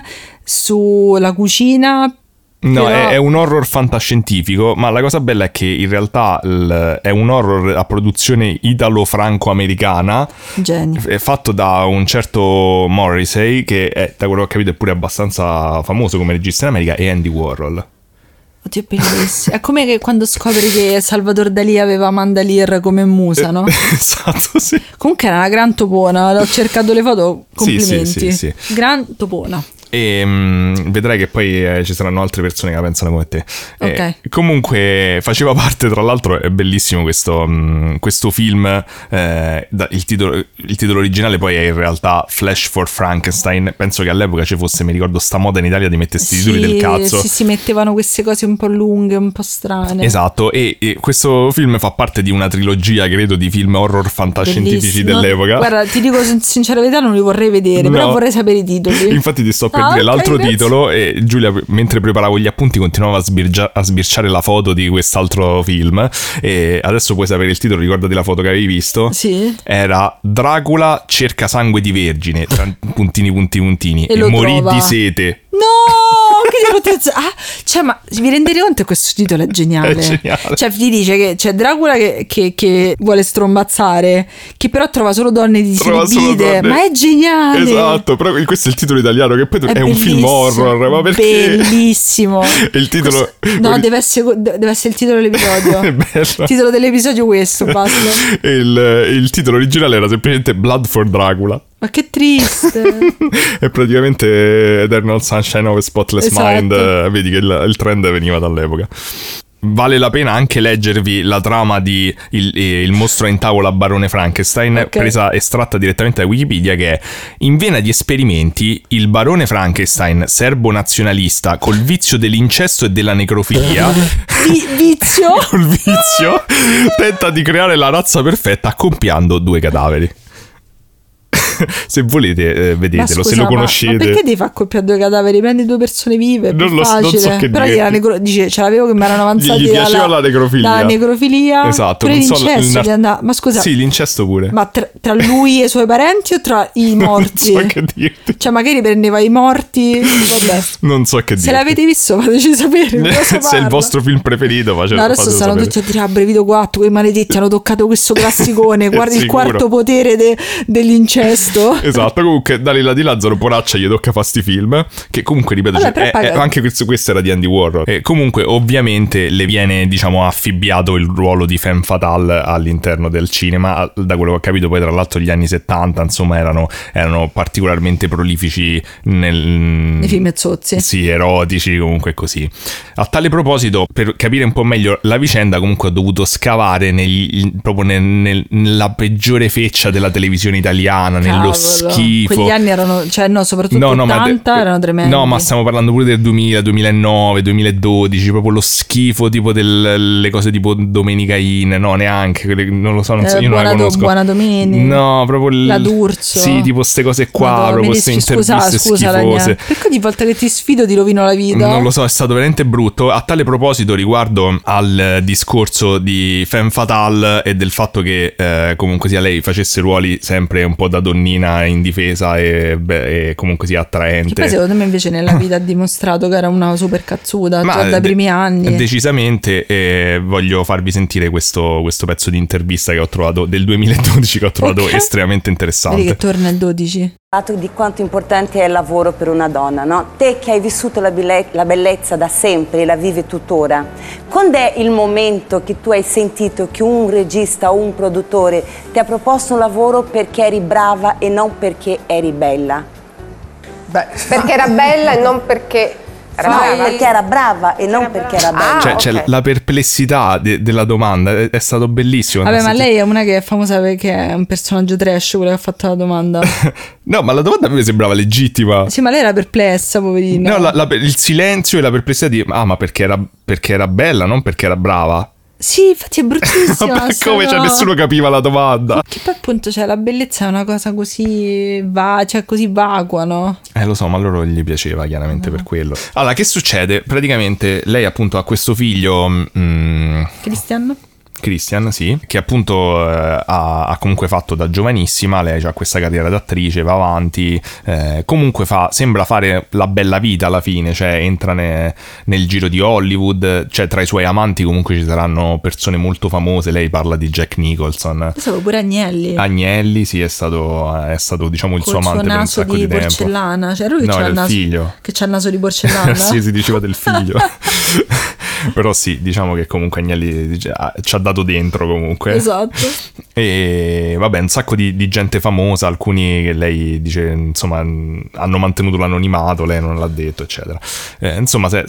sulla cucina. No, però... è un horror fantascientifico, ma la cosa bella è che in realtà è un horror a produzione italo-franco-americana. Genio. È fatto da un certo Morrissey, che è, da quello che ho capito, è pure abbastanza famoso come regista in America, e Andy Warhol. Oddio, bellissimo. È come che quando scopri che Salvador Dalì aveva Amanda Lear come musa, no? Esatto, sì. Comunque era una gran topona, ho cercato le foto, complimenti. Sì. Gran topona. E vedrai che poi ci saranno altre persone che la pensano come te. Ok. Comunque faceva parte, tra l'altro è bellissimo questo film, il titolo originale poi è in realtà Flash for Frankenstein. Penso che all'epoca ci fosse, mi ricordo, sta moda in Italia di mettere questi titoli del cazzo. Sì, si mettevano queste cose un po' lunghe, un po' strane. Esatto, e questo film fa parte di una trilogia, credo, di film horror fantascientifici dell'epoca. Guarda, ti dico sincera verità, non li vorrei vedere, però vorrei sapere i titoli. Infatti ti sto per dire l'altro titolo, e Giulia, mentre preparavo gli appunti, continuava a sbirciare la foto di quest'altro film, e adesso puoi sapere il titolo. Ricordati la foto che avevi visto. Sì. Era Dracula cerca sangue di vergine, puntini, e morì di sete. No, che potenza. Cioè, ma vi rendete conto che questo titolo è geniale? È geniale. Cioè, ti dice che c'è Dracula che vuole strombazzare, che però trova solo donne disibile. Ma è geniale. Esatto, però questo è il titolo italiano, che poi è un film horror. Ma perché? Bellissimo. Il titolo... No, deve essere il titolo dell'episodio. È bello. Il titolo dell'episodio questo, basta. Il titolo originale era semplicemente Blood for Dracula. Ma che triste. È praticamente Eternal Sunshine of a Spotless Mind. Vedi che il trend veniva dall'epoca. Vale la pena anche leggervi la trama di Il mostro in tavola Barone Frankenstein, estratta direttamente da Wikipedia, che è: in vena di esperimenti, il barone Frankenstein, serbo nazionalista col vizio dell'incesto e della necrofilia vizio? Col vizio tenta di creare la razza perfetta accoppiando due cadaveri. Se volete vedetelo, se lo conoscete. Ma perché devi far accoppiare due cadaveri? Prendi due persone vive, non so che però dice, ce l'avevo che mi erano avanzati. Gli piaceva la necrofilia. Esatto. Pure l'incesto ma scusa. Sì, l'incesto pure. Ma tra lui e i suoi parenti o tra i morti? Non so che dirti. Cioè magari prendeva i morti. Vabbè. Non so che dirti. Se l'avete visto fateci sapere. Se è il vostro film preferito, no, adesso stanno tutti a dire Brevido 4, quei maledetti hanno toccato questo classicone. Guardi il quarto potere dell'incesto. visto. Esatto, comunque Dalila Di Lazzaro poraccia gli tocca fare sti film, che comunque ripeto, Vabbè, anche questo era di Andy Warhol. E comunque ovviamente le viene, diciamo, affibbiato il ruolo di femme fatale all'interno del cinema. Da quello che ho capito poi, tra l'altro, gli anni 70 insomma erano particolarmente prolifici nei film zozzi, sì, erotici, comunque così. A tale proposito, per capire un po' meglio la vicenda, comunque ho dovuto scavare proprio nella peggiore feccia della televisione italiana. Cavolo. Nello schifo. Quegli anni erano, cioè no, soprattutto 80 erano tremendi. No, ma stiamo parlando pure del 2000, 2009, 2012, proprio lo schifo tipo delle cose tipo Domenica In, no, neanche, non lo so, io non la conosco. Buona Domenica. No, proprio la D'Urso. Sì, tipo queste cose qua, proprio queste interviste schifose. Perché ogni volta che ti sfido ti rovino la vita? Non lo so, è stato veramente brutto. A tale proposito, riguardo al discorso di femme fatale e del fatto che comunque sia lei facesse ruoli sempre un po' da donnina indifesa e comunque sia attraente. Che poi secondo me invece nella vita ha dimostrato che era una super cazzuta già dai primi anni. Decisamente, voglio farvi sentire questo pezzo di intervista che ho trovato del 2012, che ho trovato estremamente interessante. Vedi che torna il 12. Di quanto importante è il lavoro per una donna, no? Te che hai vissuto la bellezza da sempre e la vivi tuttora, quando è il momento che tu hai sentito che un regista o un produttore ti ha proposto un lavoro perché eri brava e non perché eri bella? Beh, perché era bella e non perché era brava. Perché era brava e non perché era bella. Cioè, la perplessità della domanda è stato bellissimo. Vabbè, ma lei è una che è famosa perché è un personaggio trash, quella che ha fatto la domanda. No, ma la domanda a me sembrava legittima. Sì, ma lei era perplessa, poverina. No, il silenzio e la perplessità di ma perché era bella, non perché era brava. Sì, infatti è bruttissima. Ma come? Cioè, nessuno capiva la domanda. Che poi appunto, cioè, la bellezza è una cosa così così vacua, no? Lo so, ma a loro gli piaceva chiaramente per quello. Allora, che succede? Praticamente lei appunto ha questo figlio Christian, sì, che appunto ha comunque fatto da giovanissima. Lei ha questa carriera d'attrice, va avanti, comunque sembra fare la bella vita alla fine, cioè entra nel giro di Hollywood, cioè tra i suoi amanti comunque ci saranno persone molto famose. Lei parla di Jack Nicholson. Pensavo pure Agnelli, sì, è stato diciamo il suo amante per un sacco di tempo. Porcellana, cioè lui no, c'ha il naso, figlio. che c'ha il naso di porcellana. Sì, si diceva del figlio. Però sì, diciamo che comunque Agnelli ci ha dato dentro comunque. Esatto. E vabbè, un sacco di gente famosa, alcuni che lei dice insomma hanno mantenuto l'anonimato, lei non l'ha detto, eccetera. Insomma, si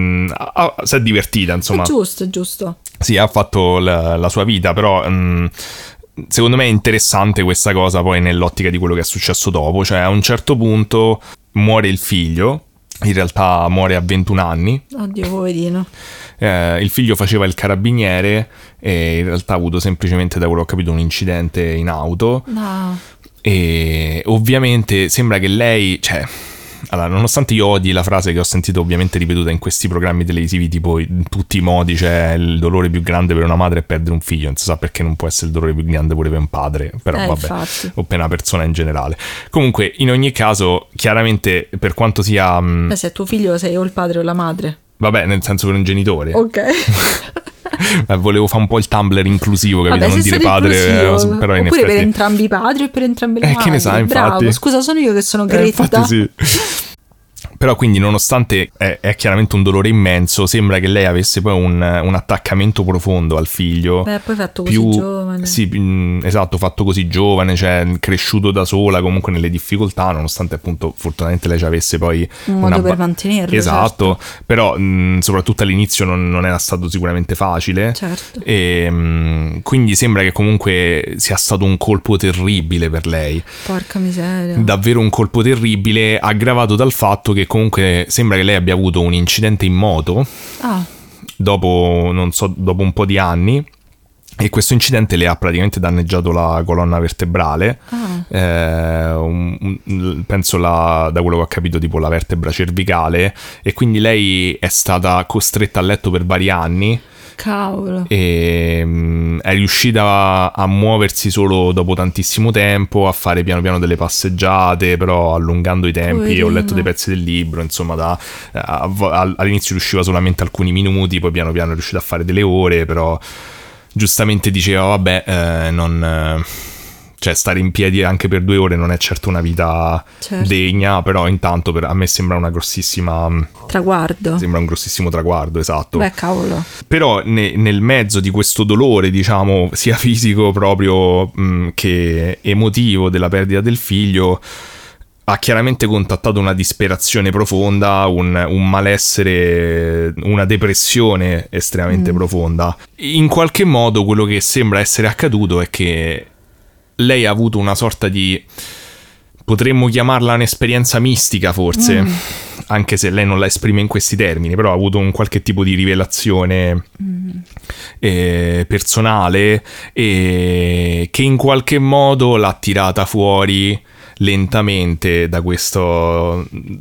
è divertita, insomma. È giusto. Sì, ha fatto la sua vita, però secondo me è interessante questa cosa poi nell'ottica di quello che è successo dopo. Cioè, a un certo punto muore il figlio. In realtà muore a 21 anni. Oddio, poverino. Il figlio faceva il carabiniere e in realtà ha avuto semplicemente, da quello che ho capito, un incidente in auto. No. E ovviamente sembra che lei, cioè, allora, nonostante io odi la frase che ho sentito ovviamente ripetuta in questi programmi televisivi tipo in tutti i modi, cioè il dolore più grande per una madre è perdere un figlio, non si sa perché non può essere il dolore più grande pure per un padre, però vabbè, infatti. o per una persona in generale. Comunque, in ogni caso, chiaramente, per quanto sia se è tuo figlio sei o il padre o la madre. Vabbè, nel senso per un genitore. Ok. Volevo fare un po' il Tumblr inclusivo, capito? Vabbè, non dire padre, però in oppure effetti per entrambi i padri o per entrambe le madri. Che ne sai, infatti. Bravo, scusa, sono io che sono gretta. Infatti sì. Però quindi, nonostante è chiaramente un dolore immenso, sembra che lei avesse poi un attaccamento profondo al figlio. Beh, poi fatto così giovane. Sì, esatto, fatto così giovane, cioè cresciuto da sola, comunque nelle difficoltà, nonostante appunto fortunatamente lei ci avesse poi un modo per mantenerlo. Esatto, certo. Però soprattutto all'inizio non era stato sicuramente facile. Certo. E quindi sembra che comunque sia stato un colpo terribile per lei. Porca miseria. Davvero un colpo terribile, aggravato dal fatto che comunque sembra che lei abbia avuto un incidente in moto dopo un po' di anni, e questo incidente le ha praticamente danneggiato la colonna vertebrale. Penso da quello che ho capito tipo la vertebra cervicale, e quindi lei è stata costretta a letto per vari anni. Cavolo. E è riuscita a muoversi solo dopo tantissimo tempo, a fare piano piano delle passeggiate, però allungando i tempi. Poverina. Ho letto dei pezzi del libro, insomma, all'inizio riusciva solamente alcuni minuti, poi piano piano è riuscita a fare delle ore, però giustamente diceva vabbè, cioè stare in piedi anche per 2 ore non è certo una vita degna, però intanto a me sembra una grossissima traguardo. Sembra un grossissimo traguardo, esatto. Beh, cavolo. Però nel mezzo di questo dolore, diciamo, sia fisico proprio che emotivo della perdita del figlio, ha chiaramente contattato una disperazione profonda, un malessere, una depressione estremamente profonda. In qualche modo quello che sembra essere accaduto è che lei ha avuto una sorta di, potremmo chiamarla un'esperienza mistica forse, anche se lei non la esprime in questi termini, però ha avuto un qualche tipo di rivelazione personale che in qualche modo l'ha tirata fuori lentamente da questa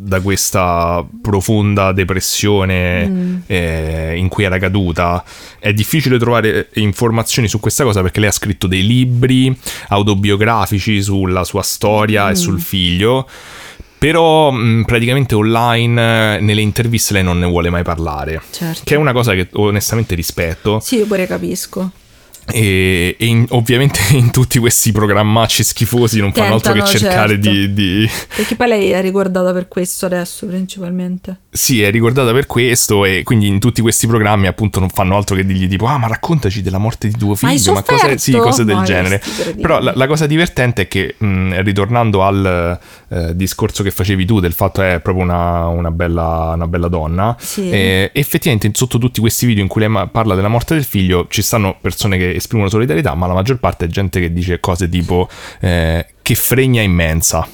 profonda depressione in cui era caduta. È difficile trovare informazioni su questa cosa perché lei ha scritto dei libri autobiografici sulla sua storia e sul figlio, però praticamente online nelle interviste lei non ne vuole mai parlare, certo. Che è una cosa che onestamente rispetto. Sì, io pure capisco. E ovviamente in tutti questi programmacci schifosi non fanno altro che cercare di... Perché poi lei è ricordata per questo adesso principalmente. Sì, è ricordata per questo, e quindi in tutti questi programmi appunto non fanno altro che dirgli tipo ma raccontaci della morte di tuo figlio, ma cose del genere. Però la cosa divertente è che ritornando al discorso che facevi tu del fatto è proprio una bella donna, sì. Effettivamente sotto tutti questi video in cui lei parla della morte del figlio ci stanno persone che esprimono solidarietà, ma la maggior parte è gente che dice cose tipo che fregna immensa.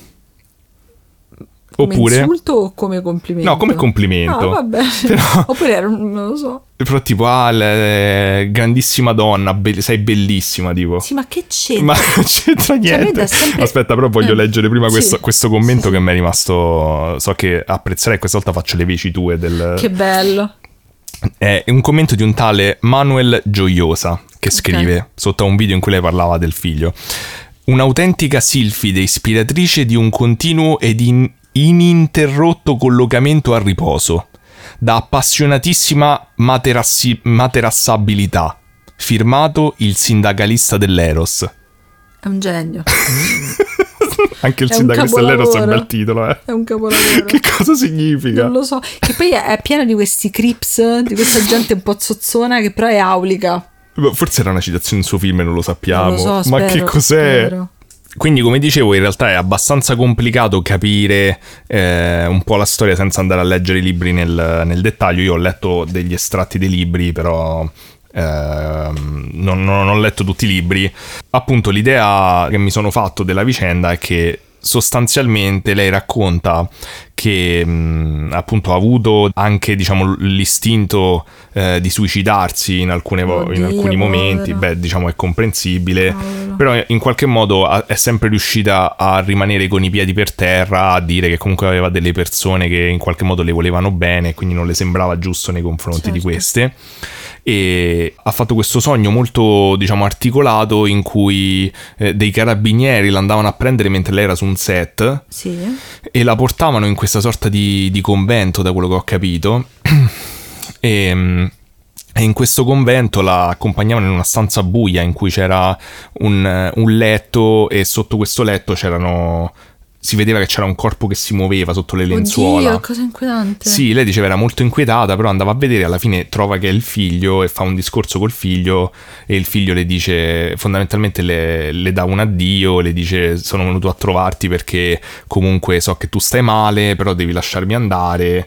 Come oppure insulto o come complimento? No, come complimento. Vabbè. Però, oppure non lo so. Però tipo grandissima donna, sei bellissima, tipo. Sì, ma che c'entra? Ma non c'entra niente. Sempre... Aspetta, però voglio leggere prima questo commento sì. Che mi è rimasto. So che apprezzerai, questa volta faccio le veci tue del... Che bello. È un commento di un tale Manuel Gioiosa che scrive sotto a un video in cui lei parlava del figlio: un'autentica silfide ispiratrice di un continuo ed ininterrotto collocamento a riposo, da appassionatissima materassabilità. Firmato il sindacalista dell'Eros. È un genio. Anche il sindacalista dell'Eros è un bel titolo, È un capolavoro. Che cosa significa? Non lo so. Che poi è pieno di questi crips, di questa gente un po' zozzona che però è aulica. Forse era una citazione in suo film e non lo sappiamo. Non lo so, ma spero, che cos'è? Spero. Quindi, come dicevo, in realtà è abbastanza complicato capire un po' la storia senza andare a leggere i libri nel dettaglio. Io ho letto degli estratti dei libri, però non ho letto tutti i libri. Appunto, l'idea che mi sono fatto della vicenda è che sostanzialmente lei racconta che appunto ha avuto anche, diciamo, l'istinto di suicidarsi in alcuni momenti. Beh, diciamo è comprensibile. Però in qualche modo è sempre riuscita a rimanere con i piedi per terra, a dire che comunque aveva delle persone che in qualche modo le volevano bene e quindi non le sembrava giusto nei confronti di queste. E ha fatto questo sogno molto, diciamo, articolato in cui dei carabinieri l'andavano a prendere mentre lei era su un set, sì. E la portavano in questa sorta di convento, da quello che ho capito, e in questo convento la accompagnavano in una stanza buia in cui c'era un letto, e sotto questo letto si vedeva che c'era un corpo che si muoveva sotto le lenzuola. Oddio, cosa inquietante. Sì, lei diceva era molto inquietata, però andava a vedere, alla fine trova che è il figlio e fa un discorso col figlio, e il figlio le dice, fondamentalmente le dà un addio, le dice: sono venuto a trovarti perché comunque so che tu stai male, però devi lasciarmi andare.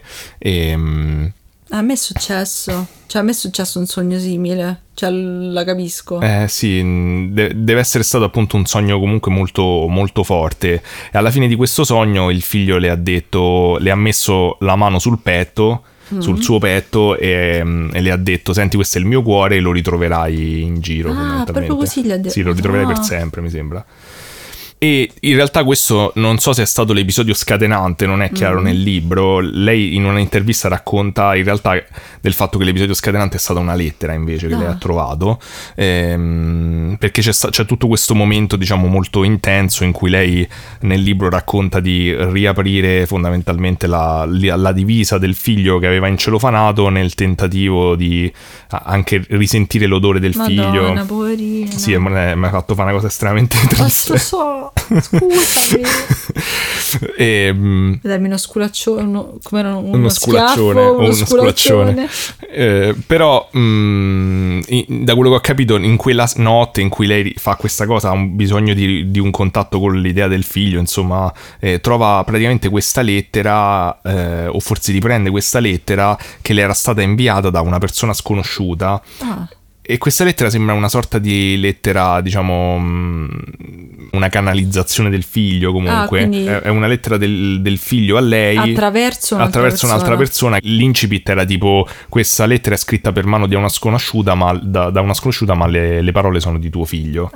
A me è successo, a me è successo un sogno simile, la capisco. Sì, deve essere stato appunto un sogno comunque molto, molto forte. E alla fine di questo sogno il figlio le ha messo la mano sul petto, sul suo petto, e le ha detto: senti, questo è il mio cuore e lo ritroverai in giro. Proprio così gli ha detto. Sì, lo ritroverai per sempre, mi sembra. E in realtà questo non so se è stato l'episodio scatenante, non è chiaro nel libro. Lei in una intervista racconta in realtà del fatto che l'episodio scatenante è stata una lettera invece che lei ha trovato, perché c'è tutto questo momento, diciamo, molto intenso in cui lei nel libro racconta di riaprire fondamentalmente la divisa del figlio che aveva incelofanato nel tentativo di anche risentire l'odore del figlio. Poverina. Sì, mi ha fatto fare una cosa estremamente triste. Scusami. Darmi uno sculaccione, uno sculaccione. Però da quello che ho capito, in quella notte in cui lei fa questa cosa ha un bisogno di un contatto con l'idea del figlio, insomma, trova praticamente questa lettera, o forse riprende questa lettera che le era stata inviata da una persona sconosciuta. E questa lettera sembra una sorta di lettera, diciamo, una canalizzazione del figlio comunque. È una lettera del figlio a lei attraverso un'altra persona. L'incipit era tipo: questa lettera è scritta per mano di una sconosciuta, ma da una sconosciuta, ma le parole sono di tuo figlio.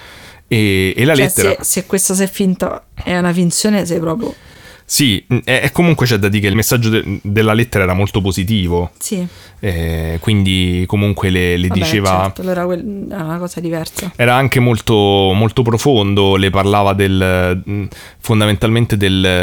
E la lettera, se questa sei finta, è una finzione, sei proprio... Sì, e comunque c'è da dire che il messaggio della lettera era molto positivo. Sì. Quindi comunque le diceva... Certo, allora era una cosa diversa. Era anche molto, molto profondo, le parlava fondamentalmente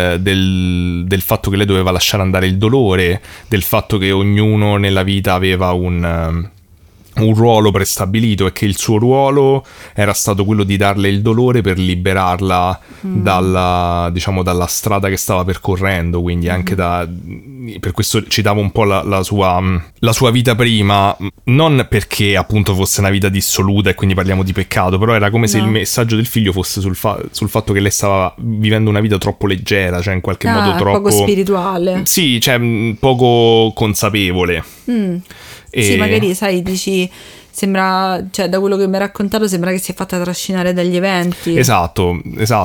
del fatto che lei doveva lasciare andare il dolore, del fatto che ognuno nella vita aveva un ruolo prestabilito e che il suo ruolo era stato quello di darle il dolore per liberarla dalla strada che stava percorrendo, quindi anche per questo citavo un po' la sua vita prima, non perché appunto fosse una vita dissoluta e quindi parliamo di peccato, però era come se il messaggio del figlio fosse sul fatto che lei stava vivendo una vita troppo leggera, cioè in qualche modo troppo... poco spirituale. Sì, cioè poco consapevole. Sì, magari sai, dici, sembra, cioè da quello che mi ha raccontato sembra che si è fatta trascinare dagli eventi. Esatto.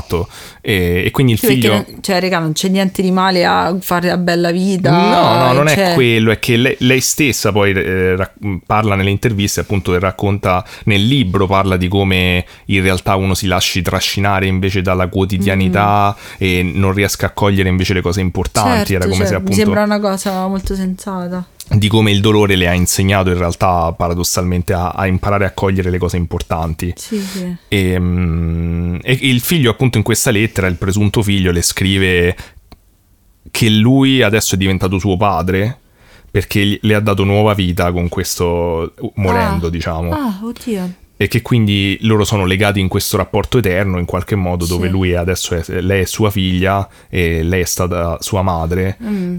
E quindi il figlio... Perché, cioè, raga, non c'è niente di male a fare la bella vita. No, non è quello, è che lei stessa poi parla nelle interviste, appunto, e racconta nel libro, parla di come in realtà uno si lasci trascinare invece dalla quotidianità e non riesca a cogliere invece le cose importanti. Era come se appunto... Mi sembra una cosa molto sensata. Di come il dolore le ha insegnato in realtà paradossalmente a imparare a cogliere le cose importanti. Sì. E il figlio appunto in questa lettera, il presunto figlio, le scrive che lui adesso è diventato suo padre perché le ha dato nuova vita con questo morendo, diciamo. Oddio. E che quindi loro sono legati in questo rapporto eterno in qualche modo, dove lui adesso lei è sua figlia e lei è stata sua madre,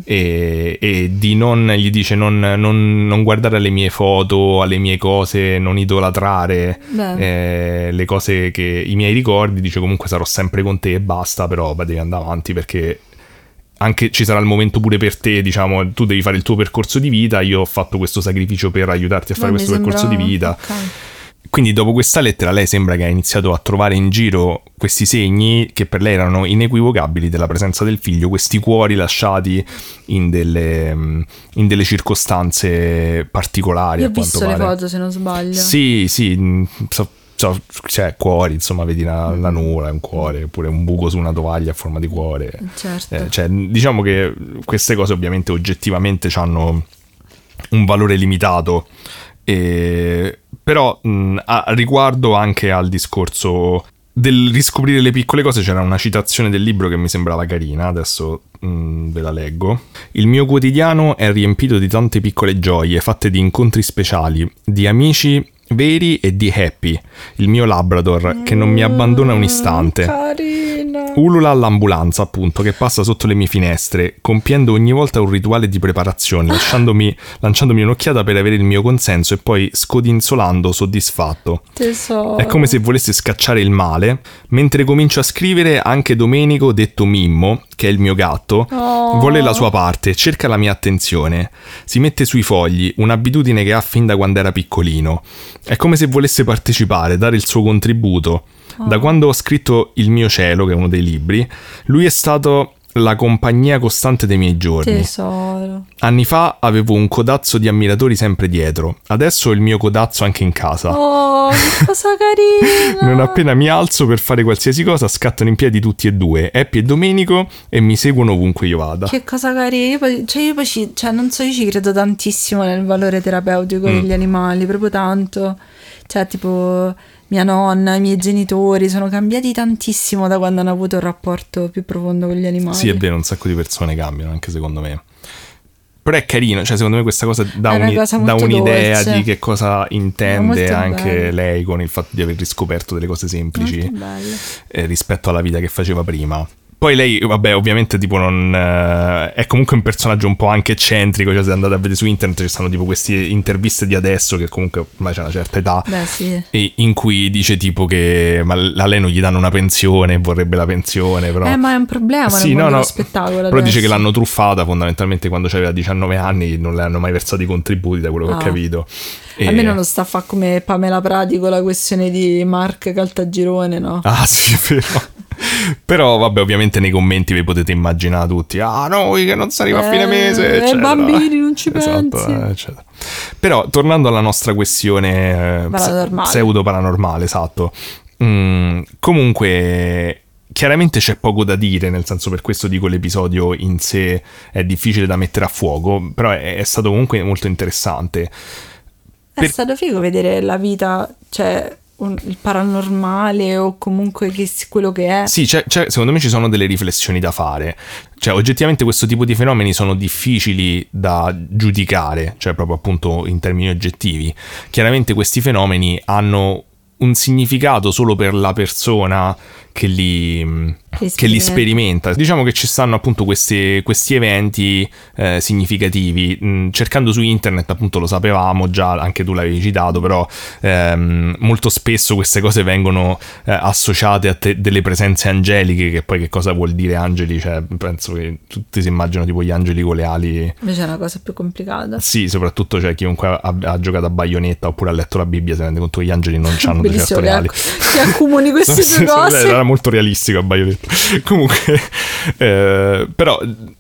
e di non, gli dice non guardare alle mie foto, alle mie cose, non idolatrare le cose i miei ricordi, dice comunque sarò sempre con te e basta, però devi andare avanti perché anche ci sarà il momento pure per te, diciamo, tu devi fare il tuo percorso di vita, io ho fatto questo sacrificio per aiutarti a fare questo percorso di vita. Okay. Quindi dopo questa lettera lei sembra che ha iniziato a trovare in giro questi segni che per lei erano inequivocabili della presenza del figlio, questi cuori lasciati in delle circostanze particolari. Io ho visto le foto, se non sbaglio. Sì, cioè cuori, insomma, vedi la nuvola, un cuore, oppure un buco su una tovaglia a forma di cuore. Certo. Cioè, diciamo che queste cose ovviamente oggettivamente hanno un valore limitato. Però riguardo anche al discorso del riscoprire le piccole cose, c'era una citazione del libro che mi sembrava carina, adesso ve la leggo. Il mio quotidiano è riempito di tante piccole gioie fatte di incontri speciali, di amici veri e di Happy, il mio Labrador che non mi abbandona un istante. Carina. Ulula all'ambulanza, appunto, che passa sotto le mie finestre, compiendo ogni volta un rituale di preparazione, lanciandomi un'occhiata per avere il mio consenso e poi scodinzolando soddisfatto. Tesoro. È come se volesse scacciare il male. Mentre comincio a scrivere, anche Domenico, detto Mimmo, che è il mio gatto, vuole la sua parte, cerca la mia attenzione. Si mette sui fogli, un'abitudine che ha fin da quando era piccolino. È come se volesse partecipare, dare il suo contributo. Da quando ho scritto Il mio cielo, che è uno dei libri, lui è stato la compagnia costante dei miei giorni. Tesoro. Anni fa avevo un codazzo di ammiratori sempre dietro. Adesso ho il mio codazzo anche in casa. Oh, che cosa carina. Non appena mi alzo per fare qualsiasi cosa, scattano in piedi tutti e due, Happy e Domenico, e mi seguono ovunque io vada. Che cosa carina. Io poi non so, io ci credo tantissimo nel valore terapeutico degli animali, proprio tanto. Cioè, tipo, mia nonna, i miei genitori sono cambiati tantissimo da quando hanno avuto un rapporto più profondo con gli animali. Sì, è vero, un sacco di persone cambiano, anche secondo me. Però è carino, cioè secondo me questa cosa dà un'idea dolce. di che cosa intende anche bello. lei con il fatto di aver riscoperto delle cose semplici rispetto alla vita che faceva prima. Poi lei, vabbè, ovviamente tipo non è comunque un personaggio un po' anche eccentrico, cioè se andate a vedere su internet ci stanno tipo queste interviste di adesso che comunque ormai c'è una certa età. Beh, sì. E in cui dice tipo che ma a lei non gli danno una pensione, vorrebbe la pensione, però ma è un problema sì, nel mondo dello spettacolo però adesso. dice che l'hanno truffata fondamentalmente quando aveva 19 anni, non le hanno mai versato i contributi da quello che ho capito. Almeno non sta a fare come Pamela Pratico la questione di Mark Caltagirone, no? Ah sì, è vero. Però vabbè, ovviamente nei commenti vi potete immaginare tutti noi che non si arriva a fine mese, eccetera. Bambini non ci pensi, eccetera. Però tornando alla nostra questione pseudo paranormale, esatto, comunque chiaramente c'è poco da dire, nel senso, per questo dico l'episodio in sé è difficile da mettere a fuoco, però è stato comunque molto interessante. È stato figo vedere la vita, cioè il paranormale o comunque quello che è. Sì, secondo me ci sono delle riflessioni da fare. Cioè, oggettivamente questo tipo di fenomeni sono difficili da giudicare, cioè proprio appunto in termini oggettivi. Chiaramente questi fenomeni hanno un significato solo per la persona che li sperimenta. Diciamo che ci stanno appunto questi eventi significativi. Cercando su internet, appunto, lo sapevamo già, anche tu l'avevi citato, però molto spesso queste cose vengono associate a delle presenze angeliche, che poi che cosa vuol dire angeli? Cioè, penso che tutti si immaginano tipo gli angeli con le ali. Invece è una cosa più complicata. Sì, soprattutto chiunque ha giocato a Bayonetta oppure ha letto la Bibbia si rende conto che gli angeli non hanno di certo le ali. Che accumuli queste due cose. Era molto realistico a Bayonetta. Comunque, però,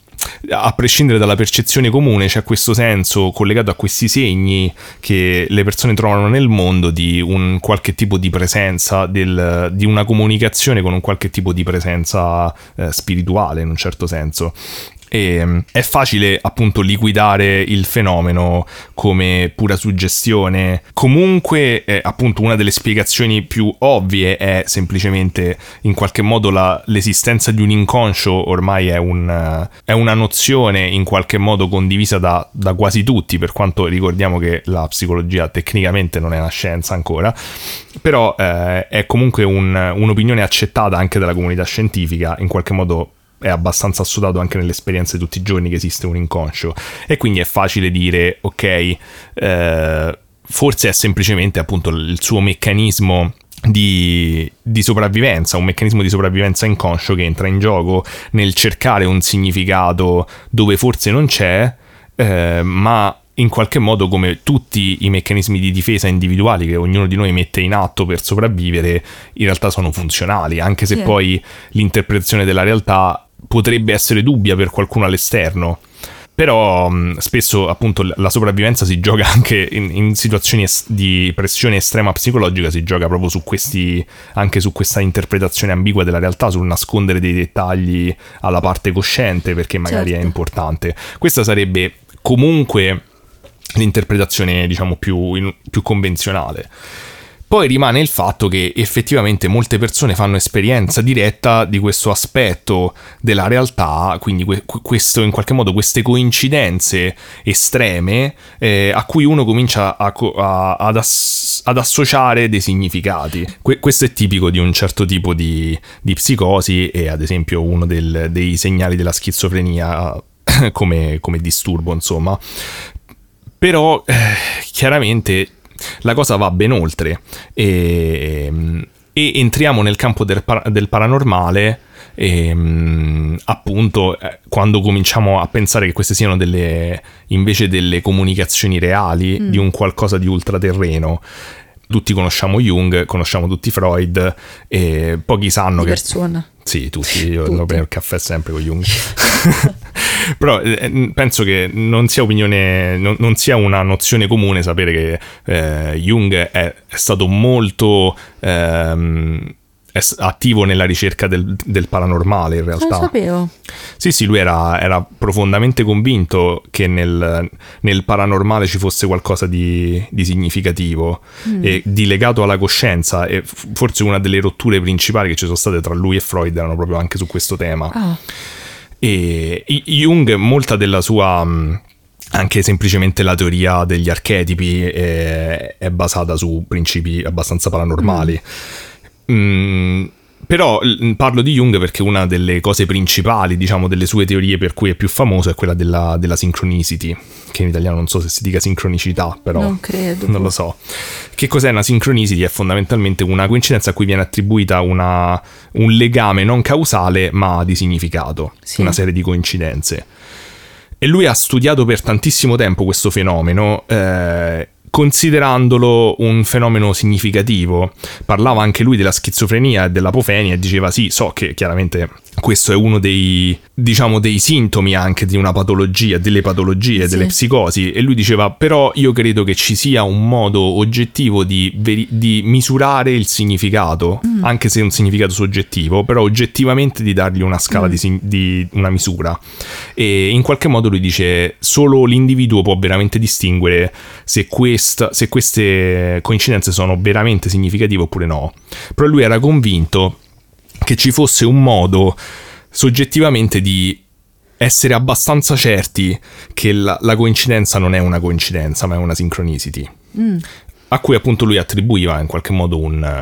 a prescindere dalla percezione comune, c'è questo senso collegato a questi segni che le persone trovano nel mondo di un qualche tipo di presenza, di una comunicazione con un qualche tipo di presenza spirituale, in un certo senso. E è facile appunto liquidare il fenomeno come pura suggestione. Comunque appunto una delle spiegazioni più ovvie è semplicemente in qualche modo l'esistenza di un inconscio. Ormai è una nozione in qualche modo condivisa da quasi tutti, per quanto ricordiamo che la psicologia tecnicamente non è una scienza ancora, però è comunque un'opinione accettata anche dalla comunità scientifica. In qualche modo è abbastanza assodato anche nell'esperienza di tutti i giorni che esiste un inconscio, e quindi è facile dire ok, forse è semplicemente appunto il suo meccanismo di sopravvivenza, un meccanismo di sopravvivenza inconscio che entra in gioco nel cercare un significato dove forse non c'è, ma in qualche modo, come tutti i meccanismi di difesa individuali che ognuno di noi mette in atto per sopravvivere, in realtà sono funzionali, anche se poi l'interpretazione della realtà potrebbe essere dubbia per qualcuno all'esterno. Però spesso appunto la sopravvivenza si gioca anche in situazioni di pressione estrema psicologica, si gioca proprio anche su questa interpretazione ambigua della realtà, sul nascondere dei dettagli alla parte cosciente perché magari è importante. Questa sarebbe comunque l'interpretazione, diciamo, più convenzionale. Poi rimane il fatto che effettivamente molte persone fanno esperienza diretta di questo aspetto della realtà, quindi questo, in qualche modo, queste coincidenze estreme a cui uno comincia ad associare dei significati. Questo è tipico di un certo tipo di psicosi, e ad esempio uno dei segnali della schizofrenia come disturbo, insomma. Però chiaramente la cosa va ben oltre e entriamo nel campo del paranormale, appunto quando cominciamo a pensare che queste siano invece delle comunicazioni reali di un qualcosa di ultraterreno. Tutti conosciamo Jung, conosciamo tutti Freud, e pochi sanno Sì, tutti, io non prendo il caffè sempre con Jung. Però penso che non sia opinione, non sia una nozione comune sapere che Jung è stato molto attivo nella ricerca del paranormale, in realtà. Non lo sapevo. Sì, lui era profondamente convinto che nel paranormale ci fosse qualcosa di significativo e di legato alla coscienza, e forse una delle rotture principali che ci sono state tra lui e Freud erano proprio anche su questo tema. E Jung, molta della sua, anche semplicemente la teoria degli archetipi, è basata su principi abbastanza paranormali. Però parlo di Jung perché una delle cose principali, diciamo, delle sue teorie per cui è più famoso è quella della synchronicity, che in italiano non so se si dica sincronicità, però non credo, non lo so. Che cos'è una synchronicity? È fondamentalmente una coincidenza a cui viene attribuita un legame non causale ma di significato, una serie di coincidenze. E lui ha studiato per tantissimo tempo questo fenomeno, considerandolo un fenomeno significativo. Parlava anche lui della schizofrenia e dell'apofenia e diceva sì, so che chiaramente questo è uno dei, diciamo, dei sintomi anche di una patologia, delle patologie, delle psicosi, e lui diceva però io credo che ci sia un modo oggettivo di misurare il significato, anche se è un significato soggettivo, però oggettivamente di dargli una scala di una misura, e in qualche modo lui dice solo l'individuo può veramente distinguere se queste coincidenze sono veramente significative oppure no. Però lui era convinto che ci fosse un modo soggettivamente di essere abbastanza certi che la coincidenza non è una coincidenza ma è una synchronicity, a cui appunto lui attribuiva in qualche modo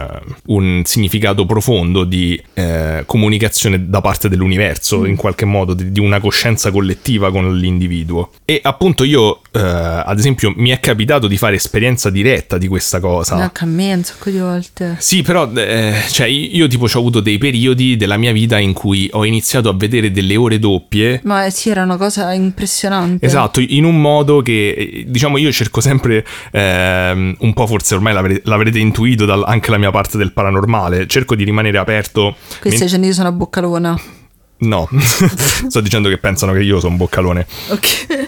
un significato profondo di comunicazione da parte dell'universo, in qualche modo di una coscienza collettiva con l'individuo. E appunto io ad esempio mi è capitato di fare esperienza diretta di questa cosa. Anche a me un sacco di volte. Sì, però cioè io tipo ho avuto dei periodi della mia vita in cui ho iniziato a vedere delle ore doppie. Ma sì, era una cosa impressionante. Esatto, in un modo che, diciamo, io cerco sempre un po', forse ormai l'avrete intuito anche la mia parte del paranormale, cerco di rimanere aperto. Qui stai dicendo io sono boccalona? No, sto dicendo che pensano che io sono boccalone. Ok.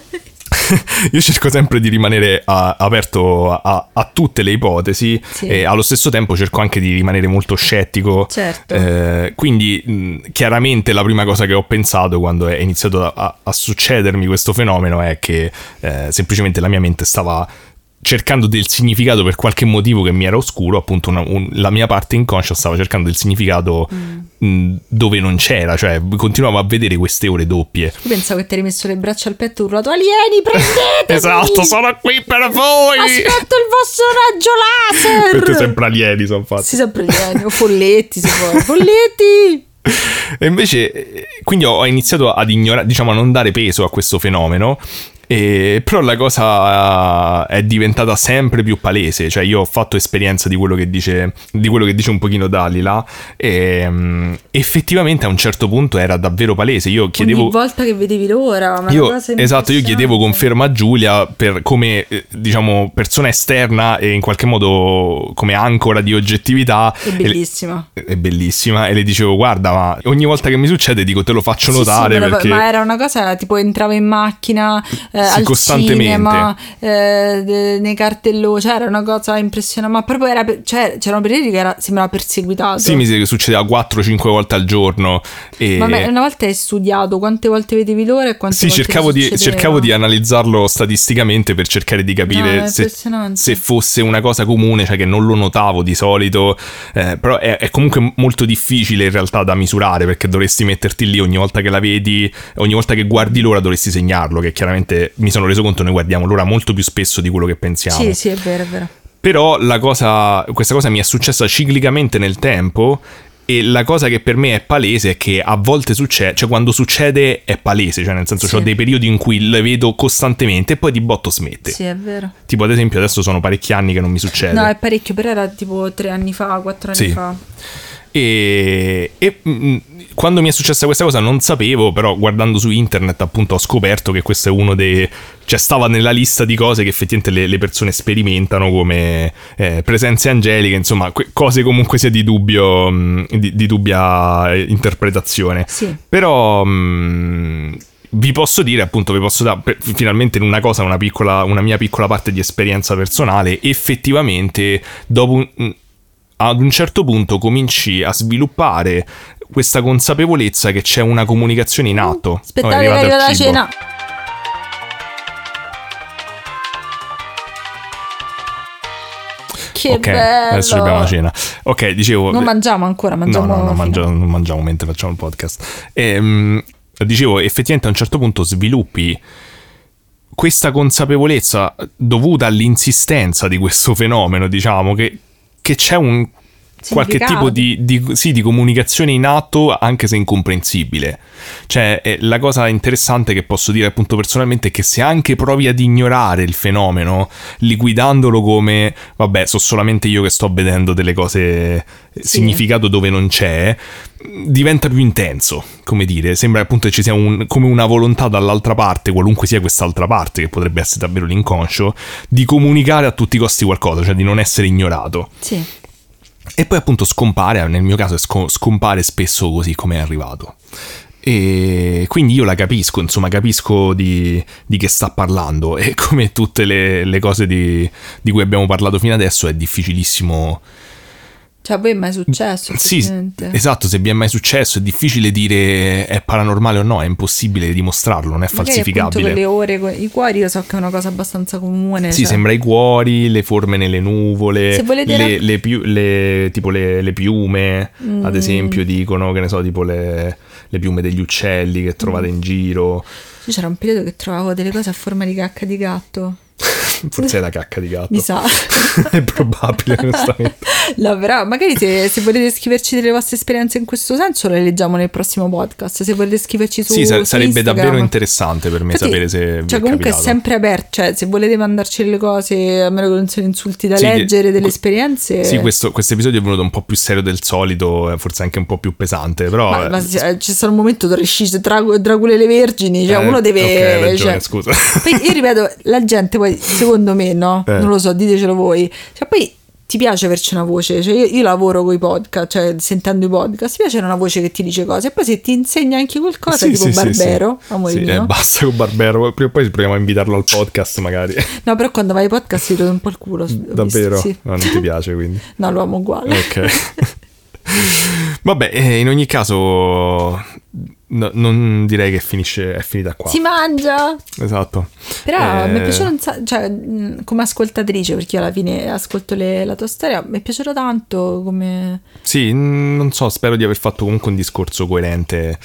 Io cerco sempre di rimanere aperto a tutte le ipotesi, e allo stesso tempo cerco anche di rimanere molto scettico. Certo. Quindi chiaramente la prima cosa che ho pensato quando è iniziato a succedermi questo fenomeno è che semplicemente la mia mente stava cercando del significato per qualche motivo che mi era oscuro, appunto la mia parte inconscia stava cercando del significato dove non c'era, cioè continuavo a vedere queste ore doppie. Io pensavo che ti hai rimesso le braccia al petto e urlato alieni, prendetemi! Esatto, sono qui per voi! Aspetto il vostro raggio laser! Perché sempre alieni sono fatti. Sì, sempre alieni, o folletti se vuoi. Folletti! E invece, quindi ho iniziato ad ignorare, diciamo a non dare peso a questo fenomeno. Però la cosa è diventata sempre più palese, cioè io ho fatto esperienza di quello che dice un pochino Dalila, e effettivamente a un certo punto era davvero palese. Io chiedevo ogni volta che vedevi l'ora, una cosa esatto, io chiedevo conferma a Giulia come diciamo persona esterna e in qualche modo come ancora di oggettività. È bellissima. È bellissima, e le dicevo guarda, ma ogni volta che mi succede dico te lo faccio notare, perché ma era una cosa tipo entravo in macchina al costantemente cinema, nei cartelloni, cioè era una cosa impressionante, ma proprio c'erano periodi che sembrava perseguitato. Sì, mi succedeva 4-5 volte al giorno. Ma una volta hai studiato quante volte vedevi l'ora e quante volte cercavo di analizzarlo statisticamente per cercare di capire se fosse una cosa comune, cioè che non lo notavo di solito, però è comunque molto difficile in realtà da misurare, perché dovresti metterti lì ogni volta che la vedi, ogni volta che guardi l'ora dovresti segnarlo, che chiaramente mi sono reso conto noi guardiamo l'ora molto più spesso di quello che pensiamo. Sì, è vero, è vero. Però questa cosa mi è successa ciclicamente nel tempo, e la cosa che per me è palese è che a volte succede, cioè quando succede è palese, cioè nel senso ho dei periodi in cui le vedo costantemente e poi di botto smette. Sì, è vero. Tipo ad esempio adesso sono parecchi anni che non mi succede. No, è parecchio, però era tipo 3 anni fa, 4 anni fa. E quando mi è successa questa cosa non sapevo, però guardando su internet appunto ho scoperto che questo è uno dei... cioè stava nella lista di cose che effettivamente le persone sperimentano come presenze angeliche, insomma cose comunque sia di dubbia interpretazione. Sì. Però vi posso dire, appunto, vi posso dare finalmente in una cosa una mia piccola parte di esperienza personale. Effettivamente dopo ad un certo punto cominci a sviluppare questa consapevolezza che c'è una comunicazione in atto. Aspettate che arriva la cena. Che ok, bello. adesso abbiamo la cena. Ok, dicevo... Non mangiamo ancora, mangiamo... No, non mangiamo mentre facciamo il podcast. Dicevo, effettivamente a un certo punto sviluppi questa consapevolezza dovuta all'insistenza di questo fenomeno, diciamo, che c'è un qualche tipo di comunicazione in atto, anche se incomprensibile. Cioè, la cosa interessante che posso dire appunto personalmente è che se anche provi ad ignorare il fenomeno, liquidandolo come vabbè, so solamente io che sto vedendo delle cose, significato dove non c'è, diventa più intenso, come dire, sembra appunto che ci sia come una volontà dall'altra parte, qualunque sia quest'altra parte, che potrebbe essere davvero l'inconscio, di comunicare a tutti i costi qualcosa, cioè di non essere ignorato. Sì. E poi appunto scompare, nel mio caso scompare spesso così come è arrivato. E quindi io la capisco, insomma, capisco di che sta parlando, e come tutte le cose di cui abbiamo parlato fino adesso è difficilissimo. Cioè, a voi è mai successo? Sì, esatto, se vi è mai successo è difficile dire è paranormale o no, è impossibile dimostrarlo, non è falsificabile. Appunto, quelle ore, i cuori, io so che è una cosa abbastanza comune. Sì, sembra i cuori, le forme nelle nuvole, se volete tipo le piume, ad esempio, dicono, che ne so, tipo le piume degli uccelli che trovate in giro. Io c'era un periodo che trovavo delle cose a forma di cacca di gatto. Forse è la cacca di gatto. Mi sa. È probabile, onestamente. No, però magari se volete scriverci delle vostre esperienze in questo senso, le leggiamo nel prossimo podcast. Se volete scriverci su sarebbe Instagram, davvero interessante per me. Infatti, sapere se vi cioè, è comunque capitato. È sempre aperto. Cioè, se volete mandarci delle cose, a meno che non siano insulti da leggere, delle esperienze. Sì, questo episodio è venuto un po' più serio del solito, forse anche un po' più pesante, però ma c'è stato un momento dove esce Dracula e le Vergini, cioè uno deve... Ok, hai ragione, cioè, scusa. Poi io ripeto, la gente poi, secondo me, no? Non lo so, ditecelo voi. Cioè, poi ti piace averci una voce, cioè io lavoro con i podcast, cioè sentendo i podcast, ti piace una voce che ti dice cose, e poi se ti insegna anche qualcosa, tipo Barbero, amore mio. Basta con Barbero, prima o poi proviamo a invitarlo al podcast magari. No, però quando vai ai podcast ti do un po' il culo. Davvero? Sì. No, non ti piace, quindi? No, lo amo uguale. Ok. Vabbè, in ogni caso non direi che è finita qua. Si mangia! Esatto. Però mi è piaciuto un sacco, cioè, come ascoltatrice, perché io alla fine ascolto la tua storia, mi è piaciuto tanto come... Sì, non so, spero di aver fatto comunque un discorso coerente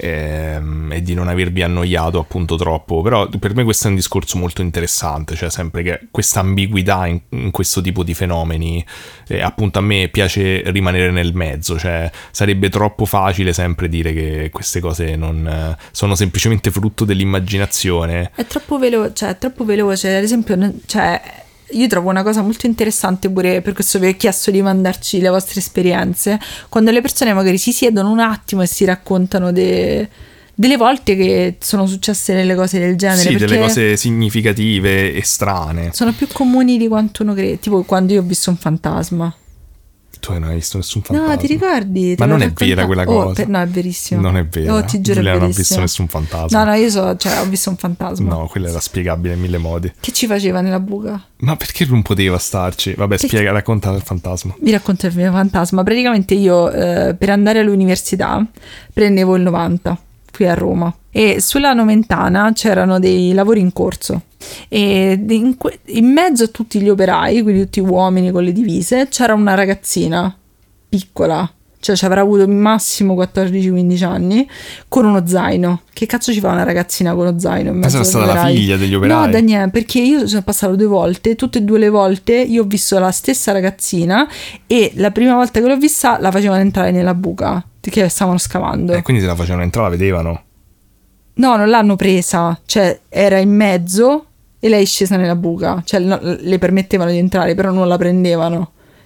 e di non avervi annoiato appunto troppo, però per me questo è un discorso molto interessante, cioè sempre che questa ambiguità in questo tipo di fenomeni, appunto a me piace rimanere nel mezzo, cioè sarebbe troppo facile sempre dire che queste cose non sono semplicemente frutto dell'immaginazione. È troppo veloce, ad esempio, cioè io trovo una cosa molto interessante pure, per questo vi ho chiesto di mandarci le vostre esperienze, quando le persone magari si siedono un attimo e si raccontano delle volte che sono successe delle cose del genere. Sì, delle cose significative e strane. Sono più comuni di quanto uno crede, tipo quando io ho visto un fantasma. Tu non hai visto nessun fantasma? No, ti ricordi? Ma non è vera quella cosa. No, è verissimo. Non è vero. Oh, ti giuro, Giulia è non ha verissimo. visto nessun fantasma. No, io ho visto un fantasma. No, quello era spiegabile in 1000 modi. Che ci faceva nella buca? Ma perché non poteva starci? Vabbè, racconta il fantasma. Vi racconto il mio fantasma. Praticamente io per andare all'università prendevo il 90 qui a Roma, e sulla Nomentana c'erano dei lavori in corso, e in mezzo a tutti gli operai, quindi tutti uomini con le divise, c'era una ragazzina piccola, cioè ci avrà avuto massimo 14-15 anni, con uno zaino. Che cazzo ci fa una ragazzina con uno zaino in mezzo agli operai? Sarà stata la figlia degli operai? No, Daniele, perché io sono passato 2 volte, tutte e 2 le volte io ho visto la stessa ragazzina, e la prima volta che l'ho vista la facevano entrare nella buca che stavano scavando. E quindi se la facevano entrare la vedevano? No, non l'hanno presa, cioè era in mezzo e lei è scesa nella buca, cioè le permettevano di entrare, però non la prendevano.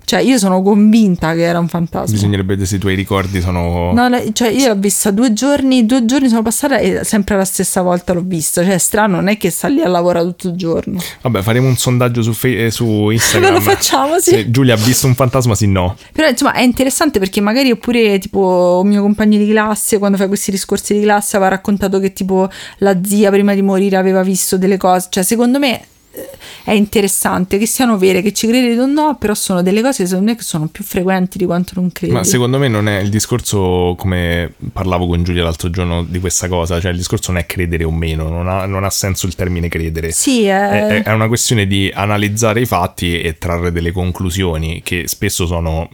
Cioè io sono convinta che era un fantasma. Bisognerebbe vedere se i tuoi ricordi sono... No, cioè io l'ho vista 2 giorni sono passata e sempre la stessa volta l'ho vista. Cioè è strano, non è che sta lì a lavorare tutto il giorno. Vabbè, faremo un sondaggio su Instagram. Lo facciamo, sì. Se Giulia ha visto un fantasma, sì, no. Però insomma è interessante perché magari oppure tipo un mio compagno di classe, quando fai questi discorsi di classe, aveva raccontato che tipo la zia prima di morire aveva visto delle cose. Cioè secondo me è interessante che siano vere, che ci credete o no, però sono delle cose secondo me che sono più frequenti di quanto non credi. Ma secondo me non è il discorso, come parlavo con Giulia l'altro giorno di questa cosa, cioè il discorso non è credere o meno, non ha senso il termine credere. Sì, è una questione di analizzare i fatti e trarre delle conclusioni che spesso sono...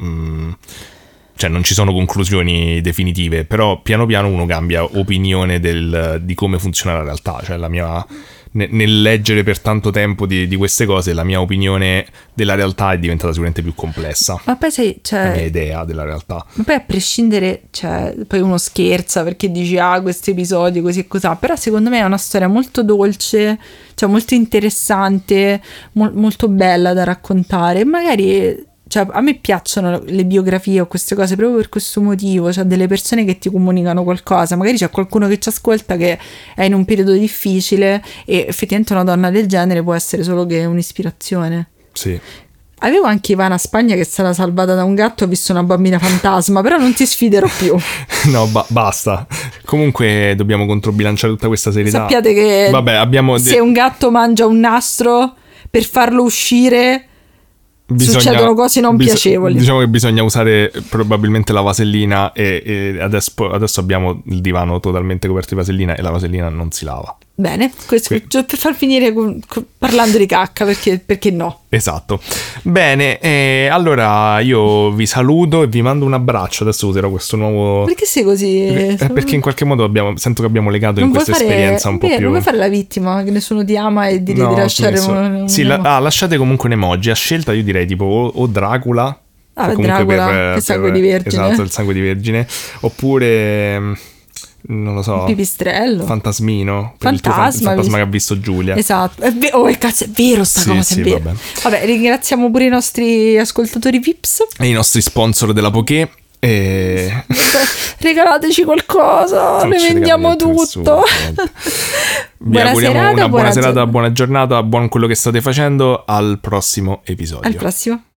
cioè non ci sono conclusioni definitive, però piano piano uno cambia opinione di come funziona la realtà. Cioè la mia... Nel leggere per tanto tempo di queste cose, la mia opinione della realtà è diventata sicuramente più complessa. Ma poi sai, cioè, la mia idea della realtà. Ma poi a prescindere, cioè, poi uno scherza perché dici questo episodio così e così, però secondo me è una storia molto dolce, cioè molto interessante, molto bella da raccontare. E magari, cioè, a me piacciono le biografie o queste cose proprio per questo motivo, cioè delle persone che ti comunicano qualcosa, magari c'è qualcuno che ci ascolta che è in un periodo difficile e effettivamente una donna del genere può essere solo che un'ispirazione. Sì. Avevo anche Ivana Spagna che è stata salvata da un gatto, ho visto una bambina fantasma, però non ti sfiderò più. No, basta. Comunque dobbiamo controbilanciare tutta questa serietà. Sappiate che abbiamo se un gatto mangia un nastro, per farlo uscire... succedono cose non piacevoli. Diciamo che bisogna usare probabilmente la vasellina e adesso abbiamo il divano totalmente coperto di vasellina e la vasellina non si lava. Bene, questo per far finire parlando di cacca, perché no? Esatto. Bene, allora io vi saluto e vi mando un abbraccio. Adesso userò questo nuovo... Perché sei così? Perché in qualche modo sento che abbiamo legato in questa esperienza un po' più... Non vuoi fare la vittima, che nessuno ti ama e dire di lasciare sì, lasciate comunque un emoji a scelta. Io direi tipo o Dracula, Dracula, il sangue di vergine. Esatto, il sangue di vergine. Oppure... non lo so, pipistrello, fantasmino, il fantasma che ha visto Giulia. Esatto, cazzo, è vero sta cosa, è vero. Vabbè, ringraziamo pure i nostri ascoltatori Vips e i nostri sponsor della Poké e... regalateci qualcosa, ne vendiamo tutto. Vi auguriamo una buona serata, buona giornata, buon quello che state facendo. Al prossimo episodio. Al prossimo.